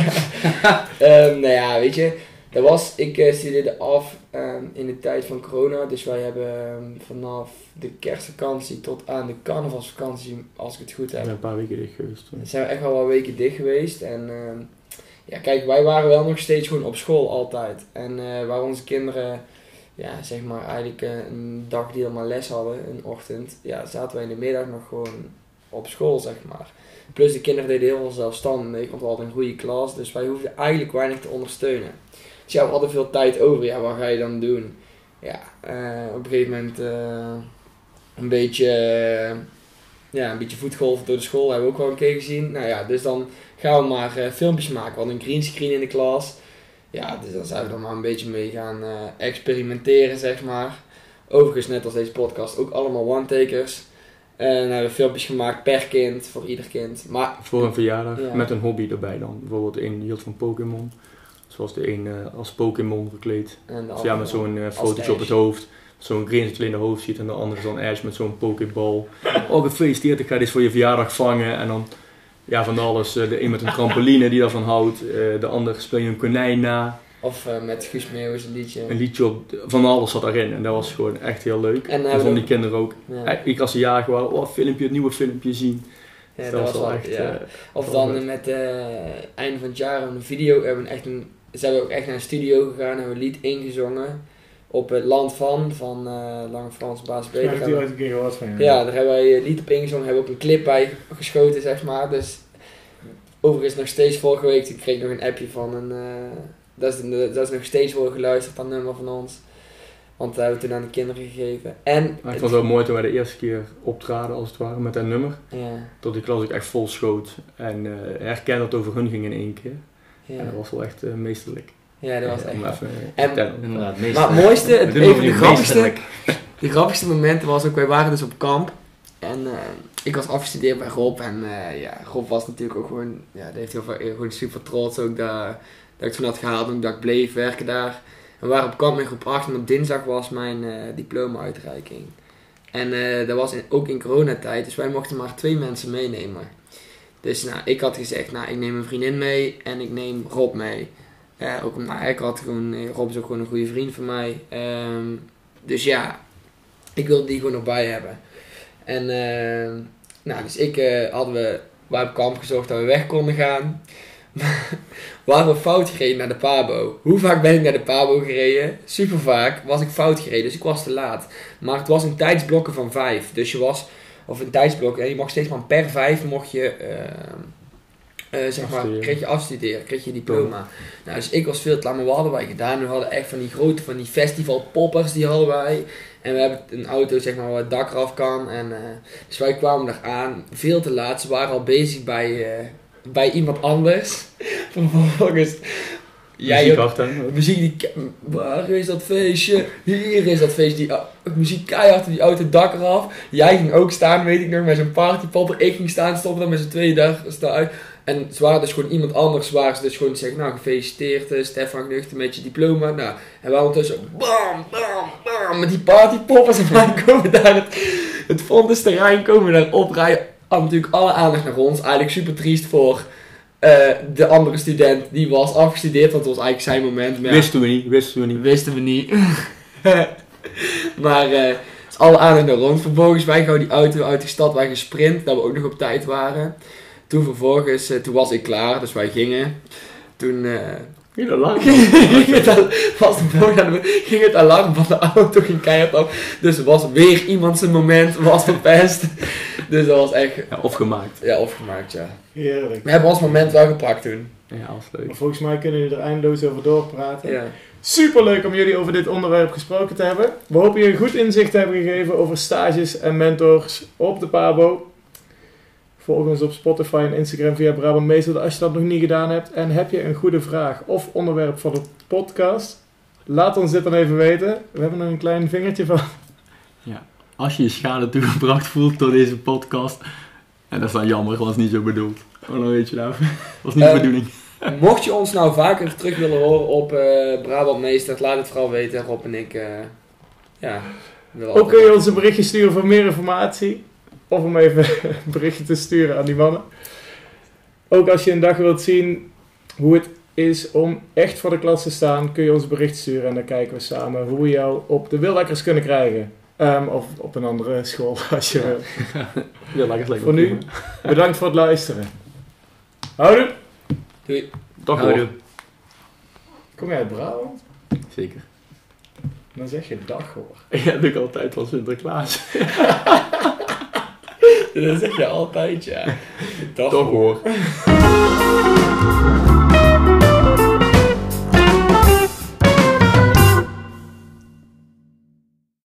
Ehm, nou ja, weet je, dat was, ik uh, studeerde af ehm, in de tijd van corona. Dus wij hebben ehm, vanaf de kerstvakantie tot aan de carnavalsvakantie, als ik het goed Ik heb, ben een paar weken dicht geweest. dan zijn we echt wel wat weken dicht geweest. En ehm, ja, kijk, wij waren wel nog steeds gewoon op school altijd. En eh waar onze kinderen, ja, zeg maar eigenlijk eh, een dag die maar les hadden, een ochtend, ja, zaten wij in de middag nog gewoon op school, zeg maar. Plus de kinderen deden heel veel zelfstandig, want we hadden een goede klas, dus wij hoefden eigenlijk weinig te ondersteunen. Dus ja, we hadden veel tijd over, ja, wat ga je dan doen? Ja, eh, op een gegeven moment eh, een beetje, eh, ja, een beetje voetgolf door de school, hebben we ook wel een keer gezien. Nou ja, dus dan gaan we maar eh, filmpjes maken. We hadden een greenscreen in de klas. Ja, dus dan zijn we er maar een beetje mee gaan eh, experimenteren, zeg maar. Overigens, net als deze podcast, ook allemaal one-takers. En dan hebben we filmpjes gemaakt per kind, voor ieder kind. Maar Voor een verjaardag, Ja. met een hobby erbij dan. Bijvoorbeeld de een hield van Pokémon. Zoals de een uh, als Pokémon verkleed. en de Dus ja, met andere zo'n uh, als fotootje op het ijsje. hoofd. zo'n Greensel in de hoofd ziet en de andere is dan Ash met zo'n pokeball. Oh, gefeliciteerd, ik ga dit voor je verjaardag vangen. En dan ja, van alles. De een met een trampoline die daarvan houdt, de ander speel je een konijn na. Of uh, met Guus Meeuwis een liedje. Een liedje op, van alles zat daarin en dat was gewoon echt heel leuk. En, En, en vonden die kinderen ook. Ja. Ik als ze jarig waren, oh filmpje, het nieuwe filmpje zien. Ja, Dus dat was wel echt... ja. Uh, Of dan uh, met het uh, einde van het jaar een video, hebben we echt een, ze hebben ook echt naar een studio gegaan en hebben een lied ingezongen op het land van, van uh, Lange Frans Baas B. Ik heb die ooit een keer gehoord van je. Ja, daar hebben wij een lied op ingezongen, hebben we ook een clip bij geschoten, zeg maar. Dus overigens nog steeds vorige week, ik kreeg nog een appje van een, uh, dat, is een, dat is nog steeds wel geluisterd, dat nummer van ons. Want dat hebben we toen aan de kinderen gegeven. En maar ik vond het wel mooi toen wij de eerste keer optraden, als het ware, met dat nummer. ja, Tot die klas ook echt vol schoot. En uh, herkende dat het over hun ging in één keer. ja. En dat was wel echt uh, meesterlijk. Ja, dat was echt. Om even te En- vertellen. Inderdaad, Maar meestal. het mooiste, het, We doen een nog van de niet grappigste, meesterlijk. de grappigste momenten was ook, wij waren dus op kamp. En uh, ik was afgestudeerd bij Rob. En uh, ja, Rob was natuurlijk ook gewoon, ja, die heeft heel veel, gewoon super trots ook dat, dat ik het toen had gehaald en dat ik bleef werken daar. En we waren op kamp in groep acht en op dinsdag was mijn uh, diploma-uitreiking. En uh, dat was in, ook in coronatijd, dus wij mochten maar twee mensen meenemen. Dus nou, ik had gezegd, nou, ik neem een vriendin mee en ik neem Rob mee. Uh, ook om, nou, ik had gewoon, Rob is ook gewoon een goede vriend van mij. Um, dus ja, ik wilde die gewoon nog bij hebben. En uh, nou, dus ik uh, hadden we, we hebben kamp gezocht dat we weg konden gaan. We hadden fout gereden naar de Pabo. Hoe vaak ben ik naar de Pabo gereden? Super vaak was ik fout gereden, dus ik was te laat. Maar het was een tijdsblokken van vijf. Dus je was, of een tijdsblok, en je mocht steeds maar per vijf mocht je, uh, uh, zeg maar, Afstuderen. kreeg je afstuderen, kreeg je diploma. Nou, dus ik was veel te laat, maar wat hadden wij gedaan? We hadden echt van die grote, van die festivalpoppers, die hadden wij. En we hebben een auto, zeg maar, waar het dak eraf kan. En, uh, dus wij kwamen daar aan, veel te laat. Ze waren al bezig bij, uh, bij iemand anders. Vervolgens... Muziek joh, hard, hè? muziek die... Waar is dat feestje? Hier is dat feestje. Die, uh, muziek keihard, die auto het dak eraf. Jij ging ook staan, weet ik nog, met zo'n partypopper. Ik ging staan, stoppen dan met z'n tweeën daar staan. En ze waren dus gewoon iemand anders, waren ze dus gewoon te zeggen, nou gefeliciteerd uh, Stefan Gnuchten met je diploma. Nou, en wij ondertussen, bam, bam, bam, met die partypoppers. En wij komen daar het, het Fontesterrein, komen daar oprijden. Al natuurlijk alle aandacht naar ons. Eigenlijk super triest voor uh, de andere student, die was afgestudeerd, want het was eigenlijk zijn moment. Maar ja, Wisten we niet, wisten we niet. wisten we niet. Maar uh, dus alle aandacht naar rond. Vervolgens wij gauw die auto uit de stad, wij gesprint, dat we ook nog op tijd waren. Toen vervolgens, uh, toen was ik klaar, dus wij gingen. Toen uh, Ging dat lang? ging, het al, was de volgende, ging het alarm van de auto ging keihard af. Dus er was weer iemand zijn moment, was verpest. Dus dat was echt, Ja, of gemaakt. ja, opgemaakt, ja. Heerlijk. We hebben ons moment wel gepakt toen. Ja, dat was leuk. Maar volgens mij kunnen jullie er eindeloos over doorpraten. Ja. Super leuk om jullie over dit onderwerp gesproken te hebben. We hopen jullie goed inzicht te hebben gegeven over stages en mentors op de Pabo. Volg ons op Spotify en Instagram via Brabant Meester als je dat nog niet gedaan hebt. En heb je een goede vraag of onderwerp voor de podcast? Laat ons dit dan even weten. We hebben er een klein vingertje van. Als je je schade toegebracht voelt door deze podcast, en dat is dan jammer, want dat is niet zo bedoeld. Maar dan weet je nou, dat was niet de Eh, bedoeling. Mocht je ons nou vaker terug willen horen op uh, Brabant Meester, laat het vooral weten. Rob en ik, uh, ja, willen Ook kun je altijd- ons een berichtje sturen voor meer informatie. Of om even een berichtje te sturen aan die mannen. Ook als je een dag wilt zien hoe het is om echt voor de klas te staan, kun je ons een bericht sturen. En dan kijken we samen hoe we jou op de Wildekkers kunnen krijgen. Um, of op een andere school als je wil. Ja, lekker lekker. Voor nu, bedankt voor het luisteren. Houdoe! Doei. Toch Houdoe. hoor. Kom jij uit Brabant? Zeker. Dan zeg je dag hoor. Ja, dat doe ik altijd van Sinterklaas. Dat zeg je altijd, ja. Dag Toch hoor.